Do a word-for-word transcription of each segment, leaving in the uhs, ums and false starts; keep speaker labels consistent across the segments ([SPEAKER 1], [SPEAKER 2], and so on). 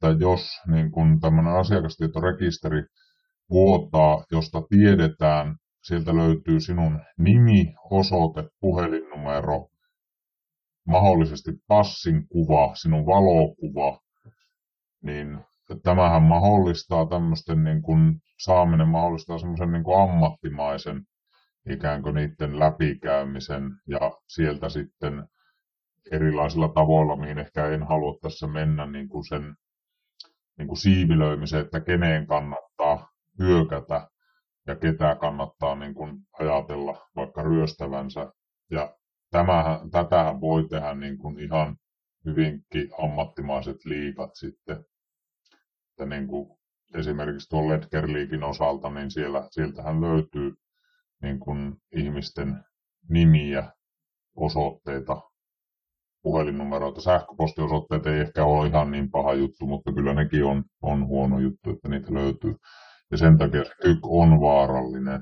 [SPEAKER 1] että jos niin kun tämmöinen asiakastietorekisteri vuotaa, josta tiedetään, sieltä löytyy sinun nimi, osoite, puhelinnumero, mahdollisesti passin kuva, sinun valokuva, niin tämähän mahdollistaa tämmöisten niin kuin saaminen, mahdollistaa semmoisen niin kuin ammattimaisen ikään kuin niiden läpikäymisen ja sieltä sitten erilaisilla tavoilla, mihin ehkä en halua tässä mennä, niin kuin sen niin kuin siivilöimiseen, että keneen kannattaa hyökätä ja ketä kannattaa niin kuin ajatella vaikka ryöstävänsä. Ja tämähän, tätähän voi tehdä niin kuin ihan hyvinkin ammattimaiset liigat sitten. Että niin kuin esimerkiksi tuon Ledger-liikin osalta, niin siellä, sieltähän löytyy niin kuin ihmisten nimiä, osoitteita, puhelinnumeroita, sähköpostiosoitteet ei ehkä ole ihan niin paha juttu, mutta kyllä nekin on, on huono juttu, että niitä löytyy. Ja sen takia se kyk on vaarallinen.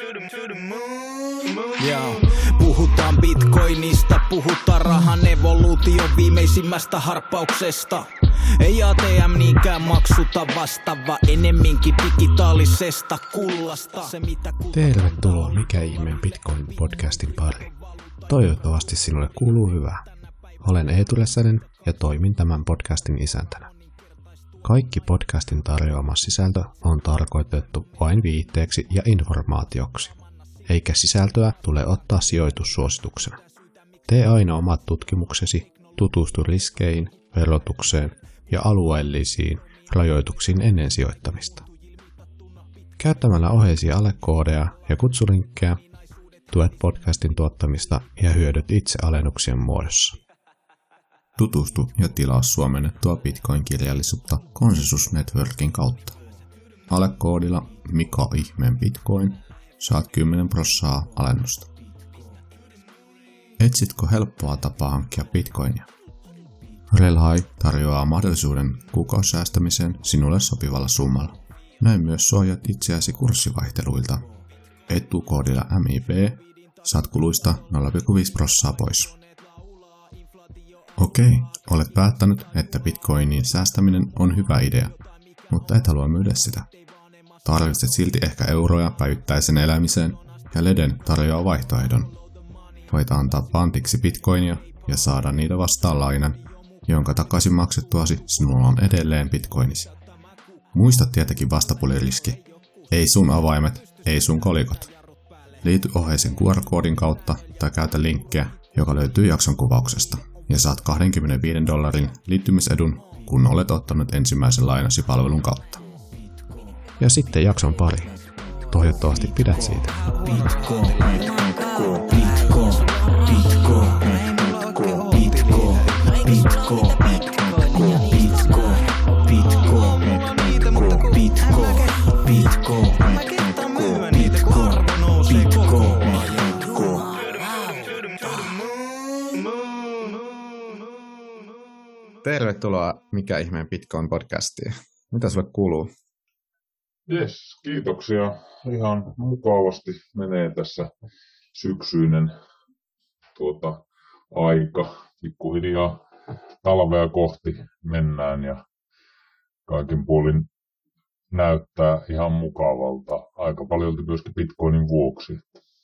[SPEAKER 2] Joo. Puhutaan bitcoinista, puhutaan rahan evoluution viimeisimmästä harppauksesta. Ei A T M niinkään maksuta vastaava, enemminkin digitaalisesta kullasta. Se, mitä
[SPEAKER 3] Tervetuloa Mikä ihmeen Bitcoin-podcastin pariin. Toivottavasti sinulle kuuluu hyvää. Olen Eetu Räsänen ja toimin tämän podcastin isäntänä. Kaikki podcastin tarjoama sisältö on tarkoitettu vain viitteeksi ja informaatioksi, eikä sisältöä tule ottaa sijoitussuosituksena. Tee aina omat tutkimuksesi, tutustu riskeihin, verotukseen ja alueellisiin rajoituksiin ennen sijoittamista. Käyttämällä oheisia alekoodeja ja kutsulinkkejä tuet podcastin tuottamista ja hyödyt itse alennuksien muodossa.
[SPEAKER 4] Tutustu ja tilaa suomennettua Bitcoin-kirjallisuutta Consensus Networkin kautta. Alekoodilla Mika ihmeen Bitcoin saat kymmenen prosenttia alennusta. Etsitkö helppoa tapaa hankkia Bitcoinia? Relhai tarjoaa mahdollisuuden kuukausisäästämiseen sinulle sopivalla summalla. Näin myös suojat itseäsi kurssivaihteluilta. Etukoodilla M I B saat kuluista nolla pilkku viisi prosenttia pois. Okei, olet päättänyt, että Bitcoinin säästäminen on hyvä idea, mutta et halua myydä sitä. Tarvitset silti ehkä euroja päivittäisen elämiseen ja Leden tarjoaa vaihtoehdon. Voit antaa pantiksi Bitcoinia ja saada niitä vastaan lainan, jonka takaisin maksettuasi sinulla on edelleen Bitcoinisi. Muista tietenkin vastapuoliriski. Ei sun avaimet, ei sun kolikot. Liity oheisen Q R-koodin kautta tai käytä linkkiä, joka löytyy jakson kuvauksesta. Ja saat kaksikymmentäviisi dollarin liittymisedun, kun olet ottanut ensimmäisen lainasi palvelun kautta.
[SPEAKER 3] Ja sitten jakson pari. Toivottavasti pidät siitä.
[SPEAKER 2] Bitcoin, Bitcoin, Bitcoin, Bitcoin, Bitcoin, Bitcoin, Bitcoin, Bitcoin, Bitcoin, Bitcoin, Bitcoin, Bitcoin, Bitcoin,
[SPEAKER 4] Tervetuloa Mikä ihmeen Bitcoin podcastiin. Mitä sulle kuuluu?
[SPEAKER 1] Jes, kiitoksia. Ihan mukavasti menee tässä syksyinen tuota, aika. Pikkuhiljaa talvea kohti mennään ja kaikin puolin näyttää ihan mukavalta. Aika paljon myöskin Bitcoinin vuoksi.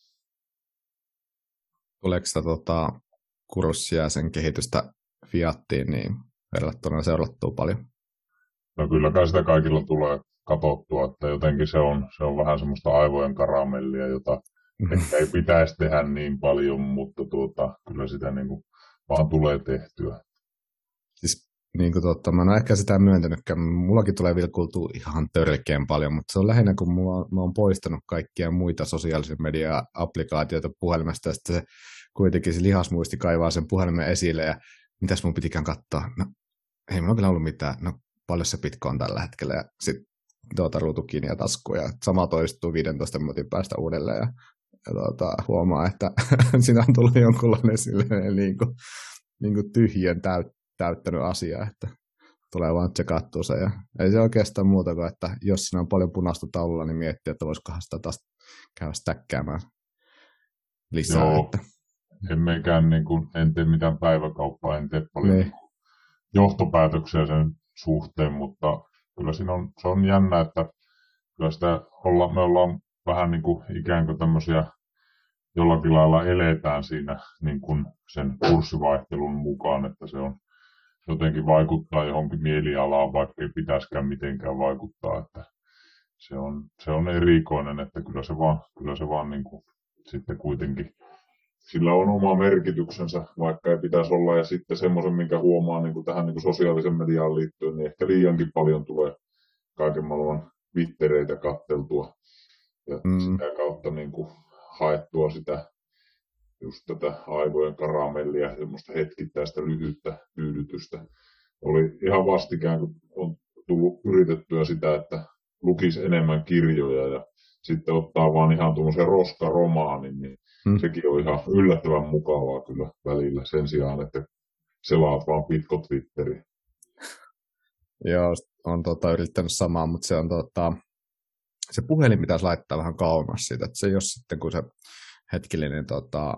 [SPEAKER 4] Tuleeko sitä tota, kurssia ja sen kehitystä fiattiin, niin verrattuna seurattuu paljon?
[SPEAKER 1] No kyllä kai sitä kaikilla tulee katsottua, että jotenkin se on, se on vähän semmoista aivojen karamellia, jota ehkä ei pitäisi tehdä niin paljon, mutta tuota, kyllä sitä niin kuin vaan tulee tehtyä.
[SPEAKER 4] Siis niin kuin totta, mä en ole ehkä sitä myöntänytkään. Mullakin tulee vielä kuultua ihan törkeän paljon, mutta se on lähinnä, kun mulla, mä oon poistanut kaikkia muita sosiaalisen media-applikaatioita puhelimesta, ja sitten se kuitenkin se lihasmuisti kaivaa sen puhelimen esille, ja mitäs mun pitikään katsoa? No, ei mulla vielä ollut mitään. No, paljon se Bitcoin tällä hetkellä, ja sitten tuota, ruutu kiinni ja taskuun, ja sama toistuu viidentoista minuutin päästä uudelleen, ja, ja tuota, huomaa, että siinä on tullut jonkunlainen silleen, niin kuin, niin kuin tyhjän täyt, täyttänyt asia, että tulee vaan tsekattua se, ja ei se oikeastaan muuta kuin, että jos siinä on paljon punaista taululla, niin miettii, että voisikohan sitä taas käydä stäkkäämään lisää.
[SPEAKER 1] Joo,
[SPEAKER 4] että
[SPEAKER 1] en mekään, niin kuin, en tee mitään päiväkauppaa, en tee paljon
[SPEAKER 4] niin
[SPEAKER 1] johtopäätöksiä sen suhteen, mutta kyllä siinä on, se on jännä, että kyllä sitä olla, me ollaan vähän niin kuin ikään kuin tämmöisiä jollakin lailla eletään siinä niin kuin sen kurssivaihtelun mukaan, että se on jotenkin vaikuttaa johonkin mielialaan, vaikka ei pitäisikään mitenkään vaikuttaa, että se on, se on erikoinen, että kyllä se vaan, kyllä se vaan niin kuin sitten kuitenkin sillä on oma merkityksensä, vaikka ei pitäisi olla, ja sitten semmoisen, minkä huomaa niin kuin tähän niin kuin sosiaalisen mediaan liittyen, niin ehkä liiankin paljon tulee kaiken maailman twittereitä katteltua ja mm. sitä kautta niin kuin haettua sitä just tätä aivojen karamellia, semmoista hetkittäistä lyhyttä tyydytystä. Oli ihan vastikään, kun on tullut yritettyä sitä, että lukisi enemmän kirjoja ja sitten ottaa vaan ihan tuommoisen roskaromaanin, niin hmm. sekin on ihan yllättävän mukavaa kyllä välillä sen sijaan, että selaat vaan pitko Twitteriä.
[SPEAKER 4] Joo, on tota, yrittänyt samaa, mutta se on tota, se puhelin pitäisi laittaa vähän kauemmas siitä, että se jos sitten kun se hetkellinen tota,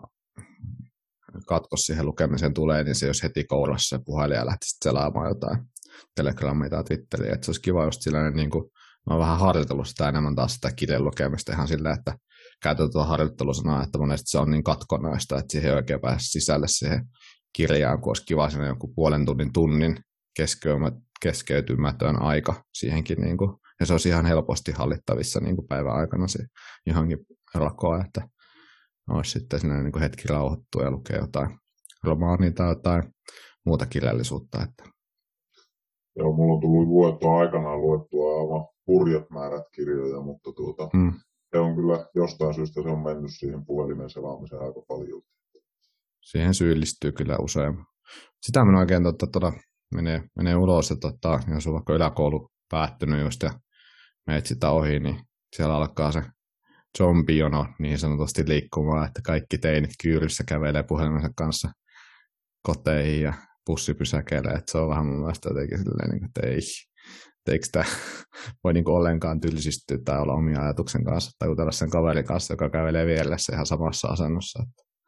[SPEAKER 4] katkos siihen lukemiseen tulee, niin se jos heti kourassa se puhelin ja lähtisi selaamaan jotain Telegramia tai Twitteriä, että se olisi kiva just sellainen niin kuin mä oon vähän harjoitellut sitä enemmän taas sitä kirjan lukemista ihan sillä, että käytetään tuota harjoittelusanaa, että monesti se on niin katkonaista, että siihen ei oikein pääse sisälle siihen kirjaan, kun olisi kiva siinä joku puolen tunnin tunnin keskeytymätön aika siihenkin. Niin kuin, ja se olisi ihan helposti hallittavissa niin kuin päivän aikana se johonkin rakoa, että olisi sitten siinä niin kuin hetki rauhoittua ja lukea jotain romaania tai jotain muuta kirjallisuutta. Että.
[SPEAKER 1] Joo, mulla on tullut luettua aikanaan luettua aivan hurjat määrät kirjoja, mutta tuota, mm. se on kyllä jostain syystä se on mennyt siihen puhelimen selaamiseen aika paljon.
[SPEAKER 4] Siihen syyllistyy kyllä usein. Sitä minä oikein totta, totta, menee, menee ulos, että totta, jos on vaikka yläkoulu päättynyt just ja menet sitä ohi, niin siellä alkaa se zombijono niin sanotusti liikkumaan, että kaikki teinit kyyryssä kävelee puhelimensa kanssa koteihin ja bussipysäkeille, että se on vähän mun mielestä jotenkin silleen, että ei, eikö tämä voi niin kuin ollenkaan tylsistyä tai olla omia ajatuksen kanssa tai jutella sen kaverin kanssa, joka kävelee vieressä ihan samassa asennossa.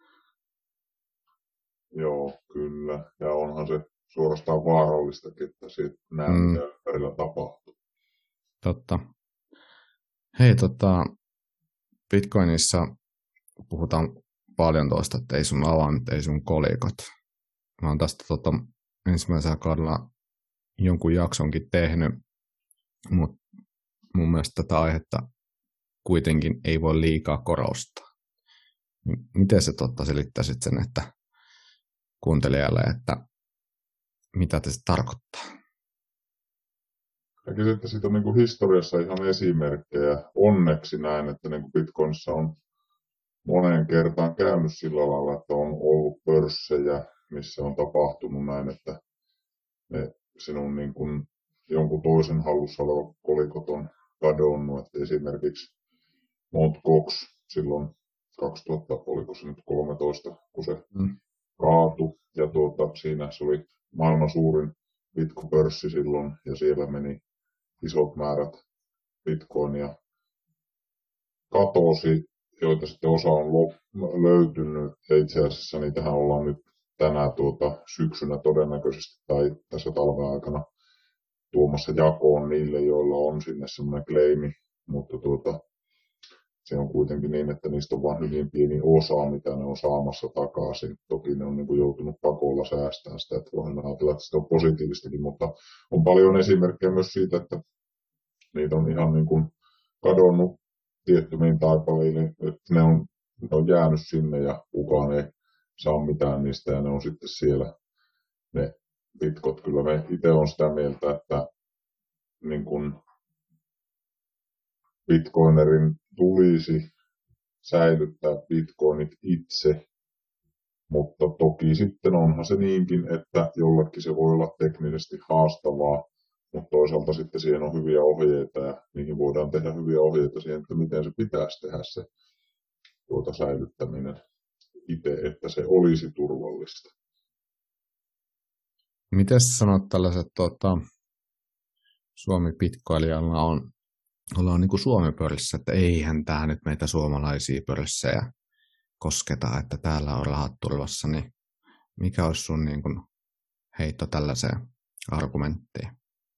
[SPEAKER 1] Joo, kyllä. Ja onhan se suorastaan vaarallistakin, että siitä näe, mm. mitä ympärillä tapahtuu.
[SPEAKER 4] Totta. Hei, tota, Bitcoinissa puhutaan paljon tuosta, että ei sun avaimet, ei sun kolikot. Mä oon tästä tota, ensimmäisellä kaudella jonkun jaksonkin tehnyt, mutta mun mielestä tätä aihetta kuitenkin ei voi liikaa korostaa. Miten sä totta selittäisit sen, että kuuntelijalle, että mitä se tarkoittaa?
[SPEAKER 1] Näkisin, että siitä on niin kuin historiassa ihan esimerkkejä. Onneksi näin, että niin kuin Bitcoinissa on moneen kertaan käynyt sillä lailla, että on ollut pörssejä, missä on tapahtunut näin, että ne sinun niin kuin jonkun toisen hallussa oleva kolikot on kadonnut. Että esimerkiksi Mount Gox silloin kaksituhatta, oliko se nyt kolmetoista, kun se mm. kaatui. Ja tuota, siinä se oli maailman suurin Bitcoin-pörssi silloin, ja siellä meni isot määrät Bitcoinia katosi, joita sitten osa on löytynyt. Ja itse asiassa niitähän ollaan nyt tänä tuota, syksynä todennäköisesti tai tässä talven aikana tuomassa jakoon niille, joilla on sinne semmoinen claimi, mutta tuota, se on kuitenkin niin, että niistä on vain hyvin pieni osa, mitä ne on saamassa takaisin. Toki ne on niin kuin joutunut pakolla säästämään sitä, että voidaan ajatella, että se on positiivistakin, mutta on paljon esimerkkejä myös siitä, että niitä on ihan niin kuin kadonnut tiettymiin taipaleille, että ne on, ne on jäänyt sinne ja kukaan ei saa mitään niistä ja ne on sitten siellä ne bitkot. Kyllä me itse on sitä mieltä, että niin kuin bitcoinerin tulisi säilyttää bitcoinit itse, mutta toki sitten onhan se niinkin, että jollekin se voi olla teknisesti haastavaa, mutta toisaalta sitten siihen on hyviä ohjeita ja niihin voidaan tehdä hyviä ohjeita siihen, että miten se pitäisi tehdä se tuota säilyttäminen itse, että se olisi turvallista.
[SPEAKER 4] Miten sanot tällaiset tuota, Suomi-bitcoilijalla on ollaan niin kuin Suomi-pörssissä, että eihän tämä nyt meitä suomalaisia pörssejä kosketa, että täällä on rahat turvassa, niin mikä olisi sun niin kuin heitto tällaiseen argumenttiin?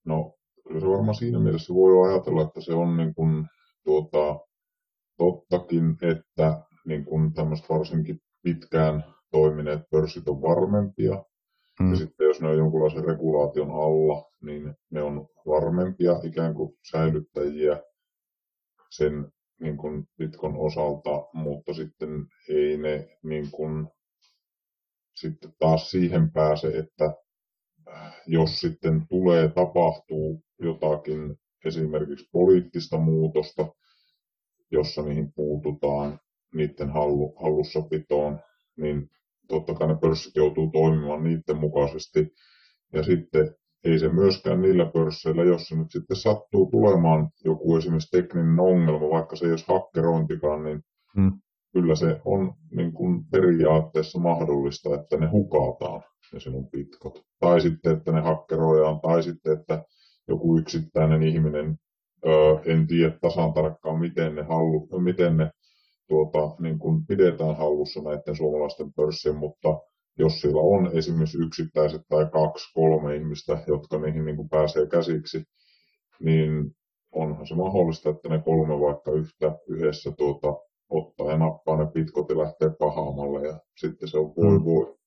[SPEAKER 1] No, kyllä se varmaan siinä mielessä voi ajatella, että se on niin kuin, tuota, tottakin, että niin kuin tämmöiset varsinkin pitkään toimineet pörssit on varmempia.
[SPEAKER 4] Mm.
[SPEAKER 1] Ja sitten jos ne on jonkunlaisen regulaation alla, niin ne on varmempia ikään kuin säilyttäjiä sen niin kuin Bitkon osalta, mutta sitten ei ne niin kuin, sitten taas siihen pääse, että jos sitten tulee, tapahtuu jotakin esimerkiksi poliittista muutosta, jossa niihin puututaan niiden hallu, hallussapitoon, niin totta kai ne pörssit joutuu toimimaan niiden mukaisesti. Ja sitten ei se myöskään niillä pörsseillä, jos se nyt sitten sattuu tulemaan joku esimerkiksi tekninen ongelma, vaikka se ei olisi hakkerointikaan, niin
[SPEAKER 4] Mm.
[SPEAKER 1] kyllä se on niin kuin periaatteessa mahdollista, että ne hukataan ne sinun bitkot. Tai sitten, että ne hakkeroidaan, tai sitten, että joku yksittäinen ihminen, öö, en tiedä tasan tarkkaan, miten ne, hallu, miten ne tuota, niin kuin pidetään hallussa näiden suomalaisten pörssien, mutta jos siellä on esimerkiksi yksittäiset tai kaksi, kolme ihmistä, jotka niihin niin kuin pääsee käsiksi, niin onhan se mahdollista, että ne kolme vaikka yhtä yhdessä tuota, ottaa ja nappaa ne bitkot ja lähtee pahaamalle ja sitten se on voi
[SPEAKER 4] Mm.
[SPEAKER 1] voi.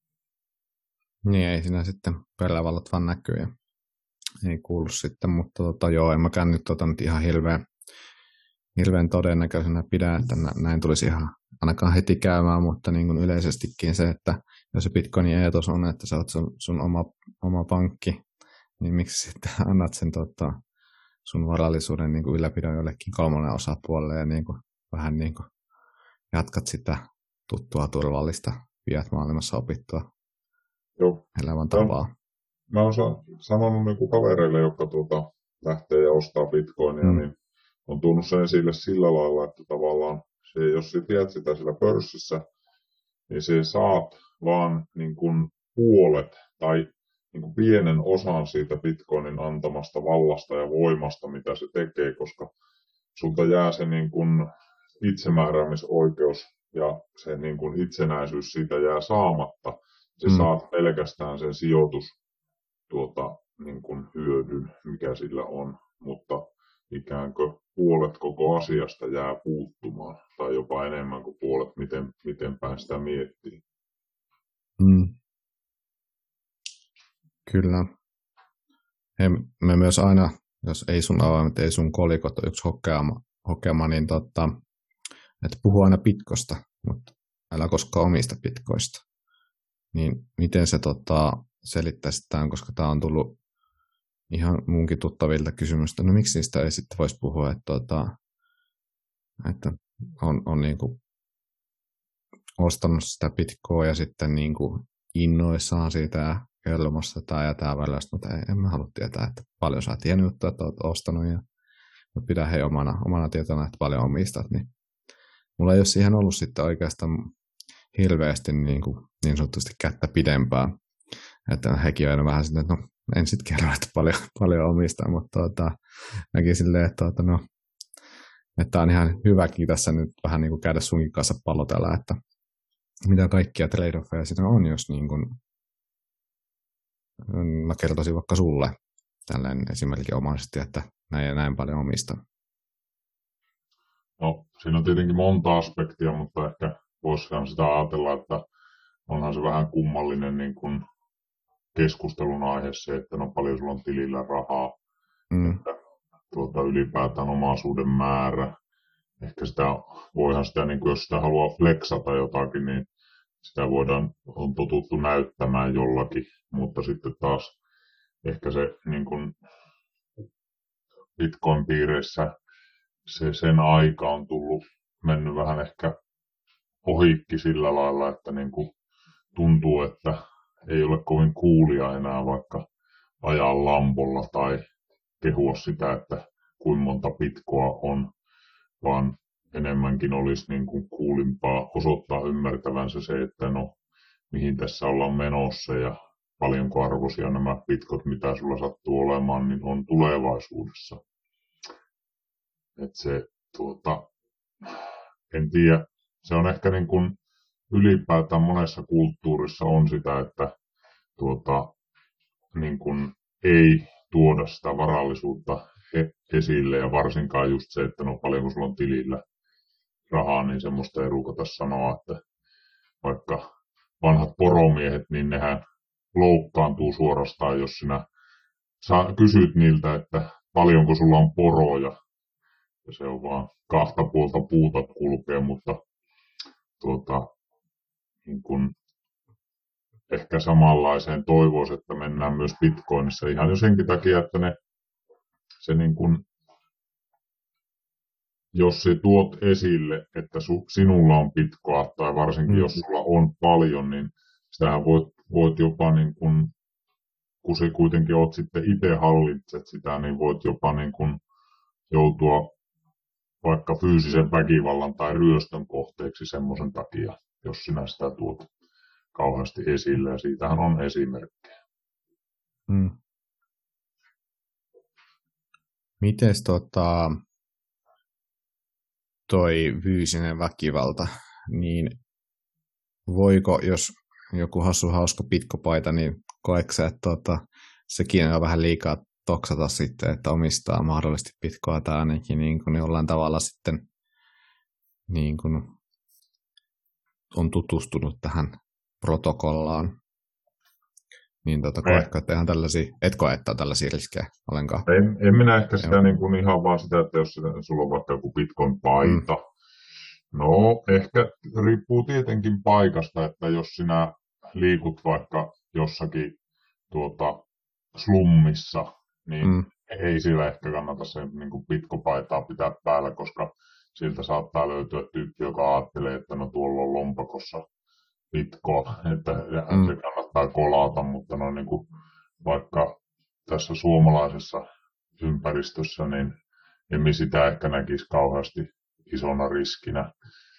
[SPEAKER 4] Niin ei siinä sitten perävalot vaan näkyy ja ei kuulu sitten, mutta tota, joo, en mäkään nyt tota nyt ihan hirveän, hirveän todennäköisenä pidä, että näin tulisi ihan ainakaan heti käymään, mutta niin kuin yleisestikin se, että jos se Bitcoinin eetos on, että sä oot sun, sun oma, oma pankki, niin miksi sitten annat sen tota, sun varallisuuden niin kuin ylläpidon jollekin kolmannen osapuolelle ja niin kuin, vähän niin kuin jatkat sitä tuttua turvallista fiat-maailmassa opittua
[SPEAKER 1] Joo.
[SPEAKER 4] elämäntapaa.
[SPEAKER 1] Mä oon sanonut niin kuin kavereille, jotka tuota, lähtee ja ostaa bitcoinia,
[SPEAKER 4] Mm.
[SPEAKER 1] niin on tuonut sen esille sillä lailla, että tavallaan se, jos sä tiedät sitä siellä pörssissä, niin se saat vaan niin kuin puolet tai niin kuin pienen osan siitä bitcoinin antamasta vallasta ja voimasta, mitä se tekee, koska sulta jää se niin kuin itsemääräämisoikeus ja se niin kuin itsenäisyys siitä jää saamatta. Se
[SPEAKER 4] Mm.
[SPEAKER 1] saat pelkästään sen sijoitus tuota, niin kuin hyödyn, mikä sillä on, mutta ikään kuin puolet koko asiasta jää puuttumaan, tai jopa enemmän kuin puolet, miten, miten päin sitä miettii.
[SPEAKER 4] Mm. Kyllä. He, me myös aina, jos ei sun avaimet, ei sun kolikot ole yksi hokema, hokema niin tota, että puhu aina bitkosta, mutta älä koskaan omista bitkoista. Niin miten se tota, selittäisi tämän, koska tämä on tullut ihan munkin tuttavilta kysymystä, no miksi niistä ei sitten voisi puhua, että, tota, että on, on niinku ostanut sitä bitcoa ja sitten niinku innoissaan siitä ja kelmosta tai ja tämä välillä, mutta ei, en mä halua tietää, että paljon sä oot tiennyt juttua, että oot ostanut ja mutta pidä he omana, omana tietona, että paljon omistat, niin mulla ei ole siihen ollut sitten oikeastaan hirveästi niin, kuin, niin sanotusti kättä pidempään. Että hekin on vähän sitten, että no en sitten kerro, että paljon, paljon omistaa, mutta tuota, näkin silleen, että, tuota, no, että on ihan hyväkin tässä nyt vähän niin kuin käydä sunkin kanssa pallotella, että mitä kaikkia trade-offeja siinä on, jos niin kuin, mä kertoisin vaikka sulle tällainen esimerkinomaisesti, että näin ja näin paljon omistaa.
[SPEAKER 1] No, siinä on tietenkin monta aspektia, mutta ehkä voisihan sitä ajatella, että onhan se vähän kummallinen niin kuin keskustelun aihe se, että no paljon sulla on tilillä rahaa,
[SPEAKER 4] Mm.
[SPEAKER 1] että tuota, ylipäätään omaisuuden määrä. Ehkä sitä, voihan sitä, niin kuin jos sitä haluaa flexata jotakin, niin sitä voidaan, on totuttu näyttämään jollakin, mutta sitten taas ehkä se niin kuin Bitcoin-piireissä se, sen aika on tullut, mennyt vähän ehkä ohikki sillä lailla, että niin kuin tuntuu, että ei ole kovin kuulia enää vaikka ajaa lampolla tai kehua sitä, että kuinka monta bitkoa on, vaan enemmänkin olisi niin kuin kuulimpaa osoittaa ymmärtävänsä se, että no mihin tässä ollaan menossa ja paljonko arvoisia nämä bitkot, mitä sulla sattuu olemaan, niin on tulevaisuudessa. Että se, tuota, en tiedä, se on ehkä niin kuin ylipäätään monessa kulttuurissa on sitä, että tuota, niin kuin ei tuoda sitä varallisuutta esille, ja varsinkaan just se, että no paljonko sulla on tilillä rahaa, niin semmoista ei rukata sanoa, että vaikka vanhat poromiehet, niin nehän loukkaantuu suorastaan, jos sinä sä kysyt niiltä, että paljonko sulla on poroja, ja se on vaan kahta puolta puuta kulkee, mutta tuota, niin kun ehkä samanlaiseen toivoisi, että mennään myös Bitcoinissa ihan jo senkin takia, että ne, se niin kun, jos se tuot esille, että su, sinulla on Bitcoin, tai varsinkin mm. jos sulla on paljon, niin sitähän voit, voit jopa niin kun, kun se kuitenkin oot sitten itse hallitset sitä, niin voit jopa niin kun joutua vaikka fyysisen väkivallan tai ryöstön kohteeksi semmoisen takia, jos sinä sitä tuot kauheasti esille, ja siitähän on esimerkkejä.
[SPEAKER 4] Hmm. Mites tota, toi fyysinen väkivalta, niin voiko, jos joku hassu hauska pitkopaita, niin koetko sä, että tota, sekin on vähän liikaa toksata sitten, että omistaa mahdollisesti Bitcoin tai ainakin niin kuin jollain tavalla sitten niin kuin on tutustunut tähän protokollaan. Niin tota, koetko, että ihan tällaisia, et koe, että on tällaisia riskejä ollenkaan?
[SPEAKER 1] En, en minä ehkä sitä niin kuin ihan vaan sitä, että jos sulla on vaikka joku Bitcoin-paita. Mm. No, ehkä riippuu tietenkin paikasta, että jos sinä liikut vaikka jossakin tuota, slummissa, niin mm. ei sillä ehkä kannata sen niin kuin pitkopaitaa pitää päällä, koska siltä saattaa löytyä tyyppi, joka ajattelee, että no tuolla on lompakossa pitkoa, että mm. se kannattaa kolata, mutta no niin kuin vaikka tässä suomalaisessa ympäristössä, niin emme sitä ehkä näkisi kauheasti isona riskinä,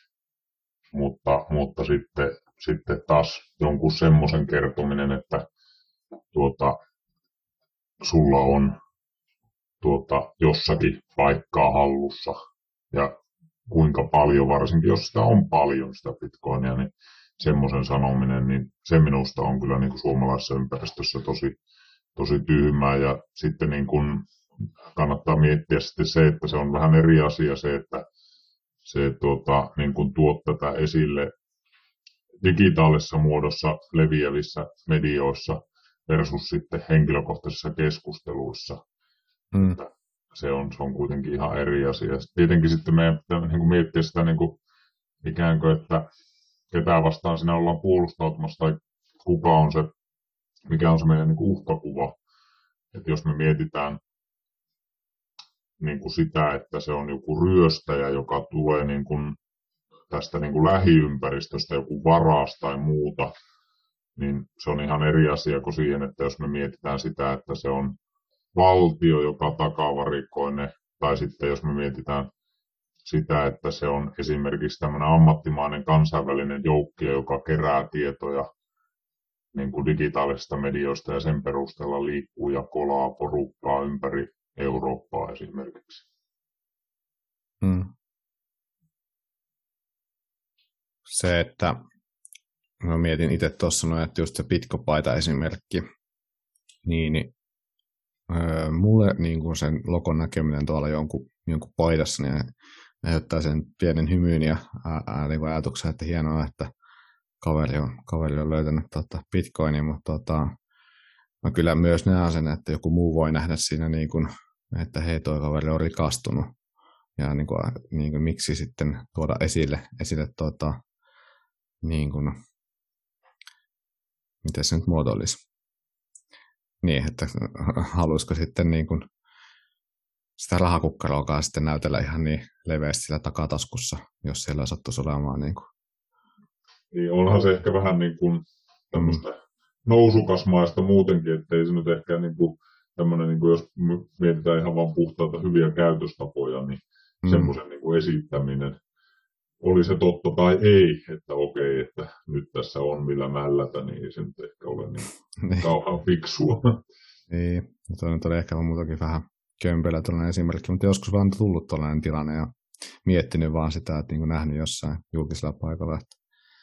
[SPEAKER 1] mutta, mutta sitten, sitten taas jonkun semmoisen kertominen, että tuota, sulla on tuota, jossakin paikkaa hallussa ja kuinka paljon, varsinkin jos sitä on paljon sitä bitcoinia, niin semmoisen sanominen, niin se minusta on kyllä niin kuin suomalaisessa ympäristössä tosi, tosi tyhmää. Ja sitten niin kuin kannattaa miettiä sitten se, että se on vähän eri asia se, että se tuota, niin kuin tuot tätä esille digitaalisessa muodossa leviävissä medioissa versus sitten henkilökohtaisissa keskusteluissa. Mm. Se on, se on kuitenkin ihan eri asia. Tietenkin sitten meidän pitää niin kuin miettiä sitä niin kuin ikään kuin, että ketään vastaan siinä ollaan puolustautumassa tai kuka on se, mikä on se meidän niin kuin uhkakuva. Että jos me mietitään niin kuin sitä, että se on joku ryöstäjä, joka tulee niin kuin tästä niin kuin lähiympäristöstä, joku varas tai muuta, niin se on ihan eri asia kuin siihen, että jos me mietitään sitä, että se on valtio, joka takavarikoi ne, tai sitten jos me mietitään sitä, että se on esimerkiksi tämmöinen ammattimainen kansainvälinen joukkio, joka kerää tietoja niin kuin digitaalisista medioista ja sen perusteella liikkuu ja kolaa porukkaa ympäri Eurooppaa esimerkiksi.
[SPEAKER 4] Hmm. Se, että mä mietin itse tuossa noin, että just se pitkopaita esimerkki, niin, niin öö, mulle niin kuin sen logon näkeminen tuolla jonkun, jonkun paidassa, niin aiheuttaa sen pienen hymyyn ja ää, ää, niin kuin ajatuksen, että hienoa, että kaveri on, kaveri on löytänyt tota bitcoinia, mutta tota, mä kyllä myös näen sen, että joku muu voi nähdä siinä, niin kuin, että hei, toi kaveri on rikastunut. Ja niin kuin, niin kuin, miksi sitten tuoda esille, esille tuota, niin kuin, miten se nyt muotoilisi? Niin, että haluaisiko sitten niin kuin sitä rahakukkaroakaan sitten näytellä ihan niin leveästi sillä takataskussa, jos siellä sattuisi olemaan niin kuin.
[SPEAKER 1] Niin, onhan se ehkä vähän niin kuin tämmöistä mm. nousukasmaista muutenkin, että ei se nyt ehkä niin kuin tämmöinen, niin kuin jos mietitään ihan vaan puhtaita hyviä käytöstapoja, niin mm. semmoisen niin kuin esittäminen, oli se totta tai ei, että okei, että nyt tässä on millä mällätä, niin ei se nyt ehkä ole niin kauhean fiksua.
[SPEAKER 4] Niin, se on nyt ehkä muutakin vähän kömpelä tällainen esimerkki, mutta joskus vaan tullut tällainen tilanne ja miettinyt vaan sitä, että niin kuin nähnyt jossain julkisella paikalla, että,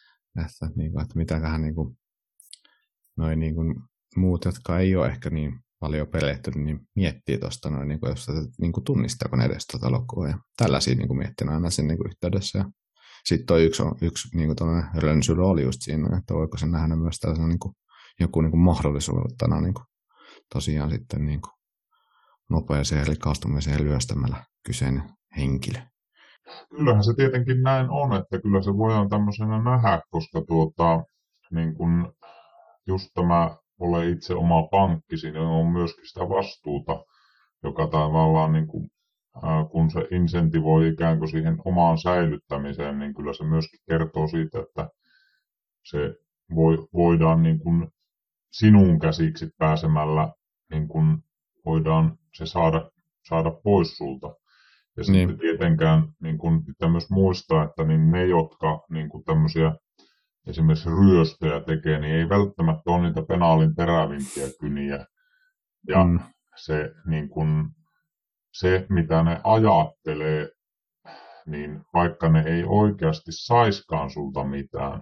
[SPEAKER 4] että, niin kuin, että mitäköhän niin kuin, noi niin kuin muut, jotka ei ole ehkä niin paljon perehtynyt, niin miettii tuosta noin, niin kuin, jos niin kuin tunnistaako ne edes tuota logoa. Ja tällaisia niin kuin miettin aina sen niin kuin yhteydessä. Sitten toi yksi, on, yksi niin kuin rönsyily oli just siinä, että voiko se nähdä myös tällaisena niin kuin, joku niin kuin mahdollisuutena niin kuin, tosiaan sitten niin kuin, nopeeseen rikastumiseen ryöstämällä kyseinen henkilö.
[SPEAKER 1] Kyllähän se tietenkin näin on, että kyllä se voidaan tämmöisenä nähdä, koska tuota, niin kun just tämä ole itse oma pankki, siinä on myöskin sitä vastuuta, joka tavallaan niin kun, ää, kun se insentivoi ikään kuin siihen omaan säilyttämiseen, niin kyllä se myöskin kertoo siitä, että se voi, voidaan niin kun sinun käsiksi pääsemällä, niin kun voidaan se saada, saada pois sulta. Ja niin. Sitten tietenkään niin kun pitää myös muistaa, että niin ne, jotka niin kun tämmöisiä esimerkiksi ryöstöjä tekee, niin ei välttämättä ole niitä penaalin terävimpiä kyniä. Ja mm. se, niin kun, se, mitä ne ajattelee, niin vaikka ne ei oikeasti saiskaan sulta mitään,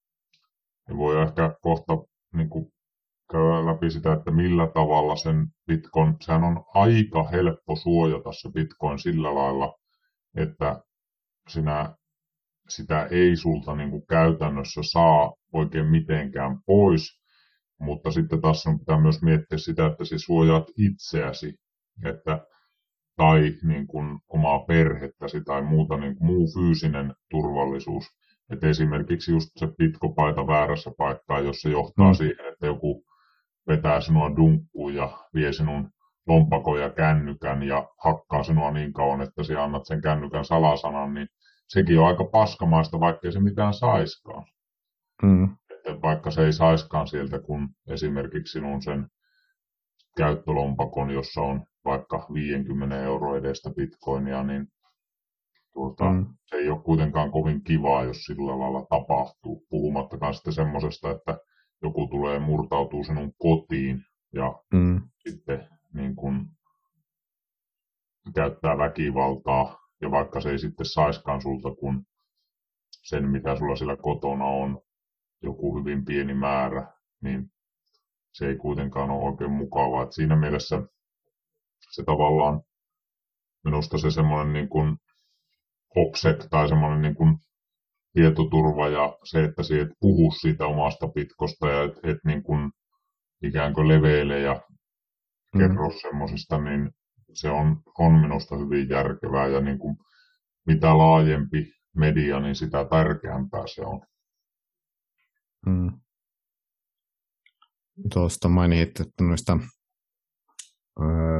[SPEAKER 1] niin voi ehkä kohta niin kun käydä läpi sitä, että millä tavalla sen Bitcoin, sehän on aika helppo suojata se Bitcoin sillä lailla, että sinä, sitä ei sulta niin kuin käytännössä saa oikein mitenkään pois, mutta sitten taas sinun pitää myös miettiä sitä, että sinä suojaat itseäsi, että, tai niin kuin omaa perhettäsi tai muuta niin kuin muu fyysinen turvallisuus. Että esimerkiksi just se pitkopaita väärässä paikkaa, jos se johtaa mm. siihen, että joku vetää sinua dunkkuun ja vie sinun lompakon ja kännykän ja hakkaa sinua niin kauan, että sinä annat sen kännykän salasanan, niin sekin on aika paskamaista, vaikka ei se mitään saiskaan. Mm. Että vaikka se ei saiskaan sieltä, kun esimerkiksi sinun sen käyttölompakon, jossa on vaikka viisikymmentä euroa edestä bitcoinia, niin tuota, mm. se ei ole kuitenkaan kovin kivaa, jos sillä lailla tapahtuu. Puhumattakaan sitten semmoisesta, että joku tulee murtautuu sinun kotiin ja mm. sitten niin kun käyttää väkivaltaa, ja vaikka se ei sitten saiskaan sulta kun sen, mitä sulla siellä kotona on, joku hyvin pieni määrä, niin se ei kuitenkaan ole oikein mukavaa. Et siinä mielessä se tavallaan minusta se semmoinen niin kuin OPSEC tai semmoinen niin kuin tietoturva ja se, että sinä et puhu siitä omasta pitkosta ja et, et niin kuin ikään kuin leveile ja mm. kerro semmoisesta, niin se on, on minusta hyvin järkevää ja niin kuin mitä laajempi media, niin sitä tärkeämpää se on.
[SPEAKER 4] Mm. Tuosta mainitsit, että noista öö,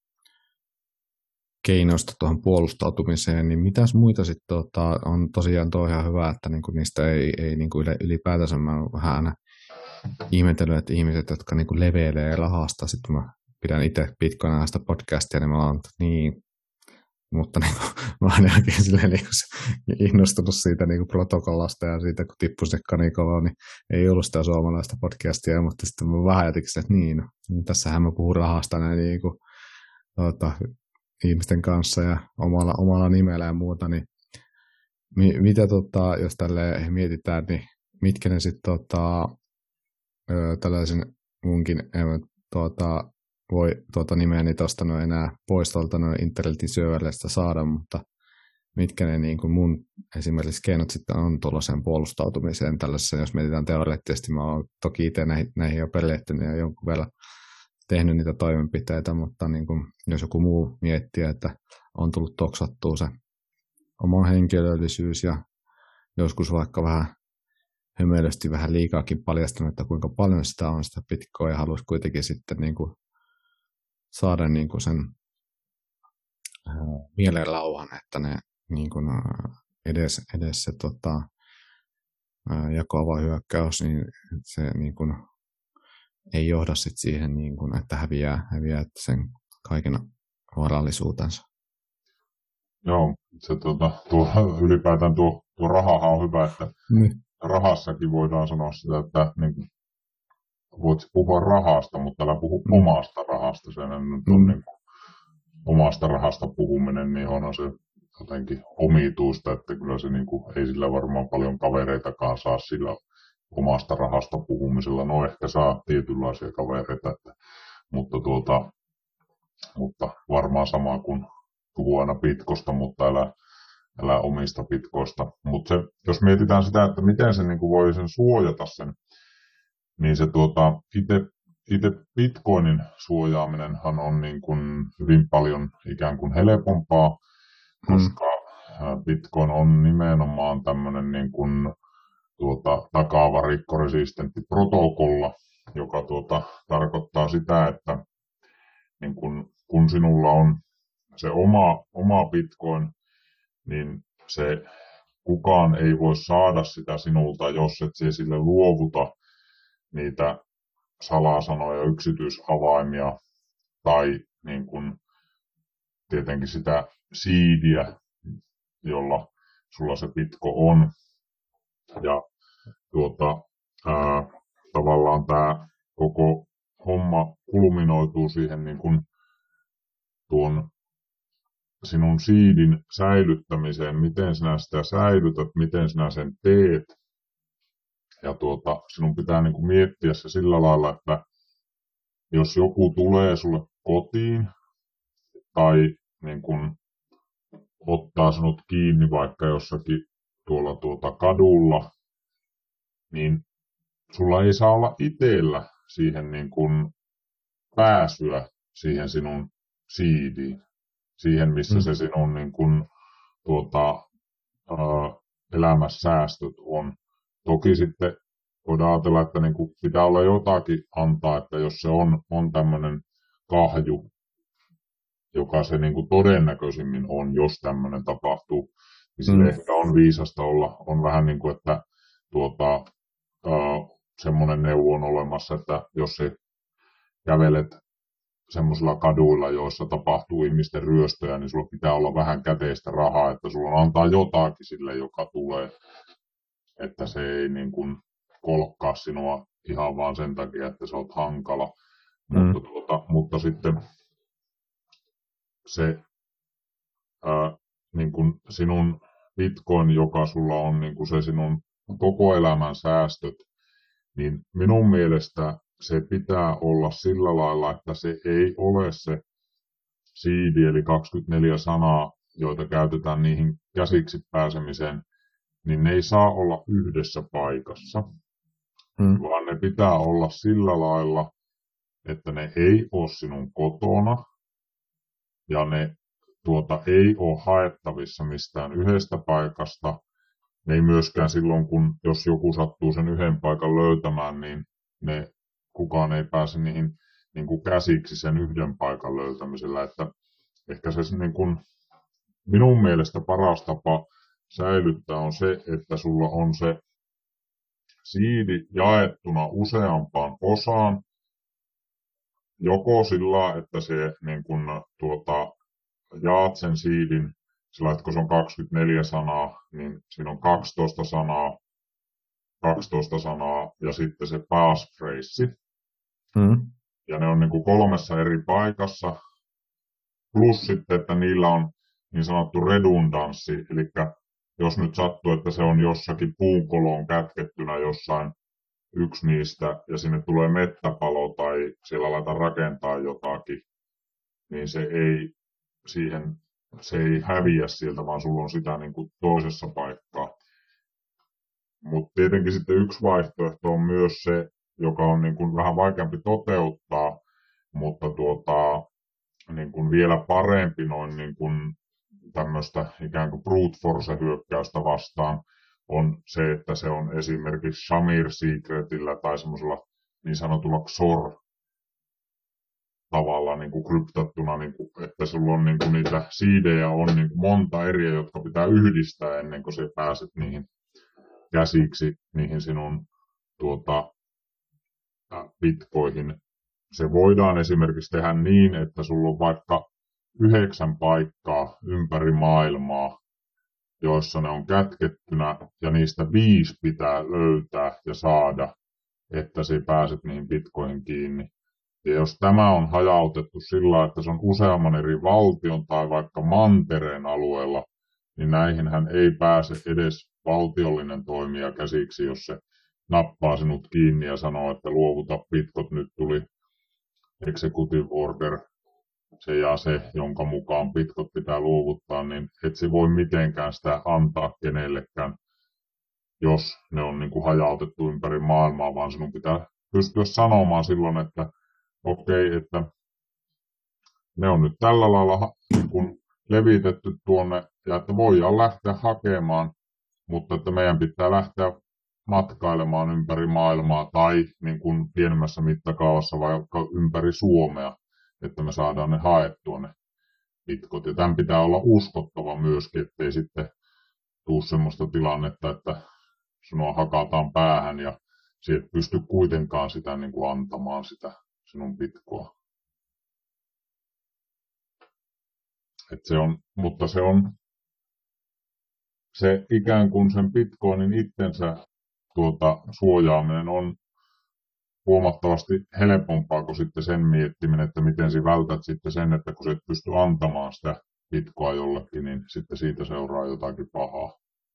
[SPEAKER 4] keinoista tuohon puolustautumiseen, niin mitäs muita sitten tota, on tosiaan tuo ihan hyvä, että niinku niistä ei, ei niinku ylipäätänsä, mä olen vähän aina ihmetellyt, että ihmiset, jotka niinku leveilee rahasta, sitten mä pidän itse Bitcoinina sitä podcastia, niin mä oon niin, mutta niin kuin, mä oon jälkeen silleen niin innostunut siitä niin protokollasta ja siitä, kun tippui se kanikolo, niin ei ollut sitä suomalaista podcastia, mutta sitten mä vähän jätin että niin, no, tässähän mä puhun rahasta näin niin kuin, tuota, ihmisten kanssa ja omalla, omalla nimellä ja muuta, niin mi, mitä tota, jos tälleen mietitään, niin mitkä ne sitten tota, tällaisen munkin tuota, voi tuota nimeäni tuosta no enää pois tuolta no internetin syövällistä saada, mutta mitkä ne niin kuin mun esimerkiksi keinot sitten on tuollaiseen puolustautumiseen tällaisessa, jos mietitään teoreettisesti, mä oon toki itse näihin, näihin jo perehtynyt ja jonkun verran tehnyt niitä toimenpiteitä, mutta niin kuin, jos joku muu miettii, että on tullut toksattua se oma henkilöllisyys ja joskus vaikka vähän hymyilysti vähän liikaakin paljastanut, että kuinka paljon sitä on sitä pitkoa ja haluaisi kuitenkin sitten niin kuin saada niin kuin sen ää, mielenrauhan, että ne niin kuin, ää, edes, edes se tota, ää, jakoava hyökkäys, niin se niin kuin, ei johda sit siihen, niin kuin, että häviää, häviää sen kaiken varallisuutensa.
[SPEAKER 1] Joo, se, tuota, tuo, ylipäätään tuo, tuo rahahan on hyvä, että mm. rahassakin voidaan sanoa sitä, että niin, voit puhua rahasta, mutta älä puhu mm. omasta rahasta. Sen nyt on mm. niin, omasta rahasta puhuminen, niin onhan se jotenkin omituista, että kyllä se niin kuin, ei sillä varmaan paljon kavereitakaan saa sillä omasta rahasta puhumisella. No ehkä saa tietynlaisia kavereita, että mutta, tuota, mutta varmaan sama kuin puhuu aina pitkosta, mutta älä, älä omista pitkoista. Mutta jos mietitään sitä, että miten se niin kuin voi sen suojata sen, niin se tuota, itse itse Bitcoinin suojaaminenhan on niin kuin hyvin paljon ikään kuin helpompaa, koska mm. Bitcoin on nimenomaan tämmöinen niin kuin tuota, takavarikkoresistentti protokolla, joka tuota, tarkoittaa sitä, että niin kun, kun sinulla on se oma, oma Bitcoin, niin se kukaan ei voi saada sitä sinulta, jos et se sille luovuta niitä salasanoja, yksityisavaimia tai niin kun, tietenkin sitä seediä, jolla sulla se Bitco on. Ja tuota, ää, tavallaan tämä koko homma kulminoituu siihen niin kun tuon sinun seedin säilyttämiseen, miten sinä sitä säilytät, miten sinä sen teet. Ja tuota, sinun pitää niin kun miettiä se sillä lailla, että jos joku tulee sulle kotiin tai niin kun ottaa sinut kiinni vaikka jossakin tuolla tuota kadulla, niin sulla ei saa olla itsellä siihen niin kuin pääsyä siihen sinun seediin, siihen missä mm. se sinun niin kuin, tuota, ää, elämässäästöt on. Toki sitten voidaan ajatella, että niin kuin pitää olla jotakin antaa, että jos se on, on tämmöinen kahju, joka se niin kuin todennäköisimmin on, jos tämmöinen tapahtuu, niin sille mm. ehkä on viisasta olla, on vähän niin kuin, että tuota, Uh, semmoinen neuvo on olemassa, että jos sä kävelet semmoisilla kaduilla, joissa tapahtuu ihmisten ryöstöjä, niin sulla pitää olla vähän käteistä rahaa, että sulla on antaa jotakin sille, joka tulee, että se ei niin kuin kolkkaa sinua ihan vaan sen takia, että sä oot hankala. Mm. Mutta, tuota, mutta sitten se ää, niin kuin sinun Bitcoin, joka sulla on niin kuin se sinun koko elämän säästöt, niin minun mielestä se pitää olla sillä lailla, että se ei ole se seedi, eli kaksikymmentäneljä sanaa, joita käytetään niihin käsiksi pääsemiseen, niin ne ei saa olla yhdessä paikassa, hmm. vaan ne pitää olla sillä lailla, että ne ei ole sinun kotona, ja ne tuota, ei ole haettavissa mistään yhdestä paikasta. Ne ei myöskään silloin, kun jos joku sattuu sen yhden paikan löytämään, niin ne, kukaan ei pääse niihin niin kuin käsiksi sen yhden paikan löytämisellä. Että ehkä se niin kuin, minun mielestä paras tapa säilyttää on se, että sulla on se seedi jaettuna useampaan osaan. Joko sillä, että se niin kuin, tuota, jaat sen seedin, sillä että kun se on kaksikymmentäneljä sanaa, niin siinä on kaksitoista sanaa, kaksitoista sanaa ja sitten se passphrase. Mm. Ja ne on niin kuin kolmessa eri paikassa. Plus sitten, että niillä on niin sanottu redundanssi, eli jos nyt sattuu, että se on jossakin puukoloon kätkettynä jossain yksi niistä, ja sinne tulee mettäpalo tai siellä aletaan rakentaa jotakin, niin se ei siihen se ei häviä sieltä, vaan sulla on sitä niin kuin toisessa paikkaa. Mutta tietenkin sitten yksi vaihtoehto on myös se, joka on niin kuin vähän vaikeampi toteuttaa, mutta tuota, niin kuin vielä parempi noin niin kuin tämmöistä ikään kuin brute force-hyökkäystä vastaan, on se, että se on esimerkiksi Shamir Secretillä tai semmoisella niin sanotulla X O R tavalla niin kuin kryptattuna, niin kuin, että sulla on niin kuin niitä seedejä on niin kuin monta eriä, jotka pitää yhdistää ennen kuin sä pääset niihin käsiksi, niihin sinun tuota, bitcoihin. Se voidaan esimerkiksi tehdä niin, että sulla on vaikka yhdeksän paikkaa ympäri maailmaa, joissa ne on kätkettynä, ja niistä viisi pitää löytää ja saada, että sä pääset niihin bitcoihin kiinni. Ja jos tämä on hajautettu sillä, että se on useamman eri valtion tai vaikka mantereen alueella, niin näihinhän ei pääse edes valtiollinen toimija käsiksi, jos se nappaa sinut kiinni ja sanoo, että luovuta bitkot, nyt tuli executive order, se ja se, jonka mukaan bitkot pitää luovuttaa, niin et se voi mitenkään sitä antaa kenellekään, jos ne on niin kuin hajautettu ympäri maailmaa, vaan sinun pitää pystyä sanomaan silloin, että okei, okay, että ne on nyt tällä lailla niin kuin levitetty tuonne, ja että voidaan lähteä hakemaan, mutta että meidän pitää lähteä matkailemaan ympäri maailmaa tai niin kuin pienemmässä mittakaavassa vaikka ympäri Suomea, että me saadaan ne haettua ne bitkot. Ja tämän pitää olla uskottava myöskin, ettei sitten tule semmoista tilannetta, että sinua hakataan päähän ja sinä et pysty kuitenkaan sitä niin kuin antamaan sitä sinun bitkoa. Et se on, mutta se on se ikään kuin sen bitcoinin itsensä tuota, suojaaminen on huomattavasti helpompaa kuin sitten sen miettiminen, että miten sinä vältät sitten sen, että kun sinä et pysty antamaan sitä bitcoa jollekin, niin sitten siitä seuraa jotakin pahaa.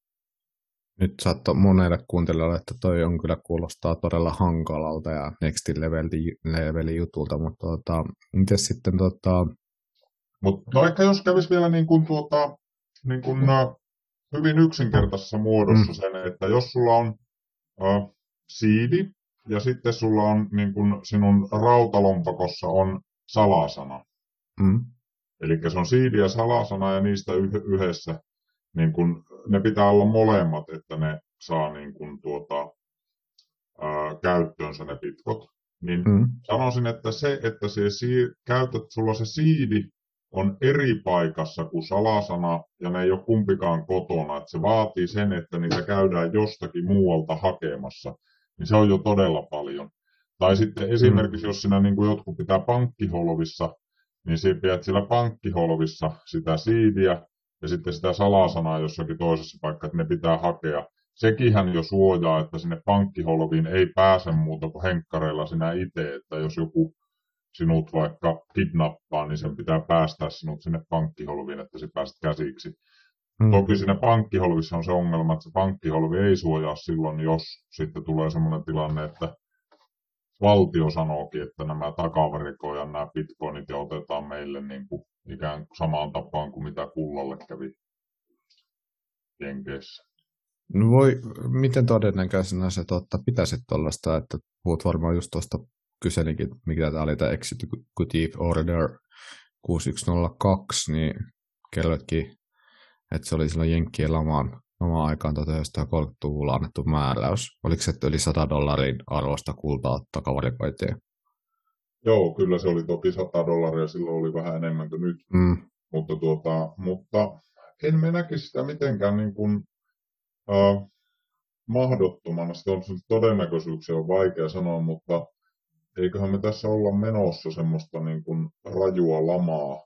[SPEAKER 4] Nyt saattoi monelle kuuntelijalle, että toi on kyllä kuulostaa todella hankalalta ja next levelin jutulta, mutta tota, miten sitten tota...
[SPEAKER 1] Mutta no ehkä jos kävisi vielä niin kuin tuota, niin kuin, uh, hyvin yksinkertaisessa muodossa mm. sen, että jos sulla on uh, siidi ja sitten sulla on niin kuin sinun rautalompakossa on salasana.
[SPEAKER 4] Mm.
[SPEAKER 1] Eli se on siidi ja salasana ja niistä yhdessä niin kun, ne pitää olla molemmat, että ne saa niin kun, tuota, ää, käyttöönsä ne bitkot. Niin mm. sanoisin, että se, että se sii- käytät, sulla se siidi on eri paikassa kuin salasana ja ne ei ole kumpikaan kotona. Että se vaatii sen, että niitä käydään jostakin muualta hakemassa. Niin se on jo todella paljon. Tai sitten esimerkiksi, mm. jos sinä niin kuin jotkut pitää pankkiholvissa, niin sinä pidät sillä pankkiholvissa sitä siidiä ja sitten sitä salasanaa jossakin toisessa paikassa, että ne pitää hakea. Sekinhän jo suojaa, että sinne pankkiholviin ei pääse muuta kuin henkkareilla sinä itse, että jos joku sinut vaikka kidnappaa, niin sen pitää päästää sinut sinne pankkiholviin, että sä pääset käsiksi. Mm. Toki siinä pankkiholvissa on se ongelma, että se pankkiholvi ei suojaa silloin, jos sitten tulee sellainen tilanne, että valtio sanookin, että nämä takavarikoidaan nämä bitcoinit ja otetaan meille niin kuin ikään kuin samaan tapaan kuin mitä kullalle kävi Jenkeissä.
[SPEAKER 4] No voi, miten todennäköisenä se totta pitäisi tuollaista, että puhut varmaan just tuosta kyselikin, mikä tämä oli tämä Executive Order kuusi yksi nolla kaksi, niin kerroitkin, että se oli silloin Jenkkien lamaan omaan aikaan tuhatyhdeksänsataakolmekymmentäluvulla annettu määräys. Oliko se, että yli sata dollarin arvosta kultaa takavarikoitiin?
[SPEAKER 1] Joo, kyllä se oli toki sata dollaria, silloin oli vähän enemmän kuin nyt.
[SPEAKER 4] Mm.
[SPEAKER 1] Mutta, tuota, mutta en mä näkisi sitä mitenkään niin kuin, äh, mahdottomana. Sitä on todennäköisyyksiä on vaikea sanoa, mutta eiköhän me tässä olla menossa semmoista niin kuin rajua lamaa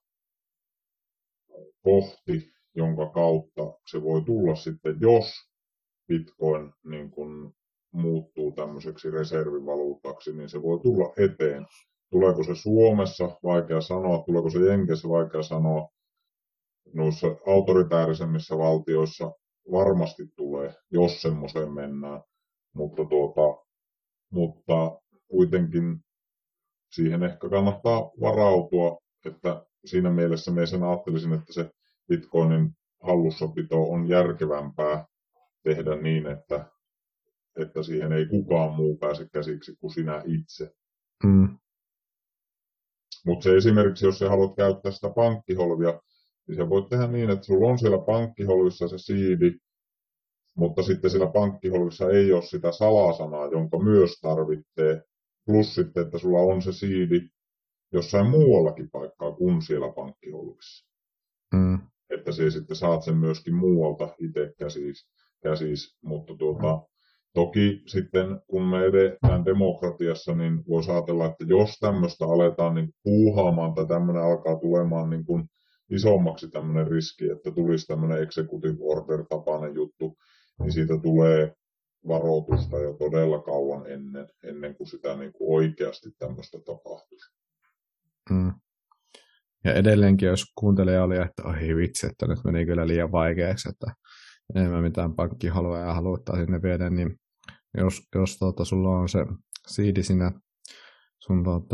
[SPEAKER 1] kohti, jonka kautta se voi tulla sitten, jos Bitcoin niin kuin muuttuu tämmöiseksi reservivaluutaksi, niin se voi tulla eteen. Tuleeko se Suomessa, vaikea sanoa, tuleeko se Jenkeissä, vaikea sanoa. Noissa autoritäärisemmissä valtioissa varmasti tulee, jos semmoiseen mennään, mutta, tuota, mutta kuitenkin siihen ehkä kannattaa varautua, että siinä mielessä me sen ajattelisin, että se Bitcoinin hallussapito on järkevämpää tehdä niin, että, että siihen ei kukaan muu pääse käsiksi kuin sinä itse.
[SPEAKER 4] Mm.
[SPEAKER 1] Mutta se esimerkiksi, jos sä haluat käyttää sitä pankkiholvia, niin sä voit tehdä niin, että sulla on siellä pankkiholvissa se siidi, mutta sitten siellä pankkiholvissa ei ole sitä salasanaa, jonka myös tarvitsee. Plus sitten, että sulla on se siidi jossain muuallakin paikkaa kuin siellä pankkiholvissa.
[SPEAKER 4] Mm.
[SPEAKER 1] Että sä sitten saat sen myöskin muualta itse käsis, käsis. Mutta tuota, toki sitten kun me edetään demokratiassa, niin voisi ajatella, että jos tämmöistä aletaan niin puuhaamaan tai tämmöinen alkaa tulemaan niin kuin isommaksi tämmöinen riski, että tulisi tämmöinen executive order-tapainen juttu, niin siitä tulee varoitusta jo todella kauan ennen, ennen kuin sitä niin kuin oikeasti tämmöistä tapahtuisi.
[SPEAKER 4] Mm. Ja edelleenkin, jos kuuntelija oli, että oi vitsi, että nyt meni kyllä liian vaikeaksi, että enemmän mitään pankkihalua ja haluttaa sinne viedä, niin jos, jos tuota, sulla on se siidi siinä sun tuota,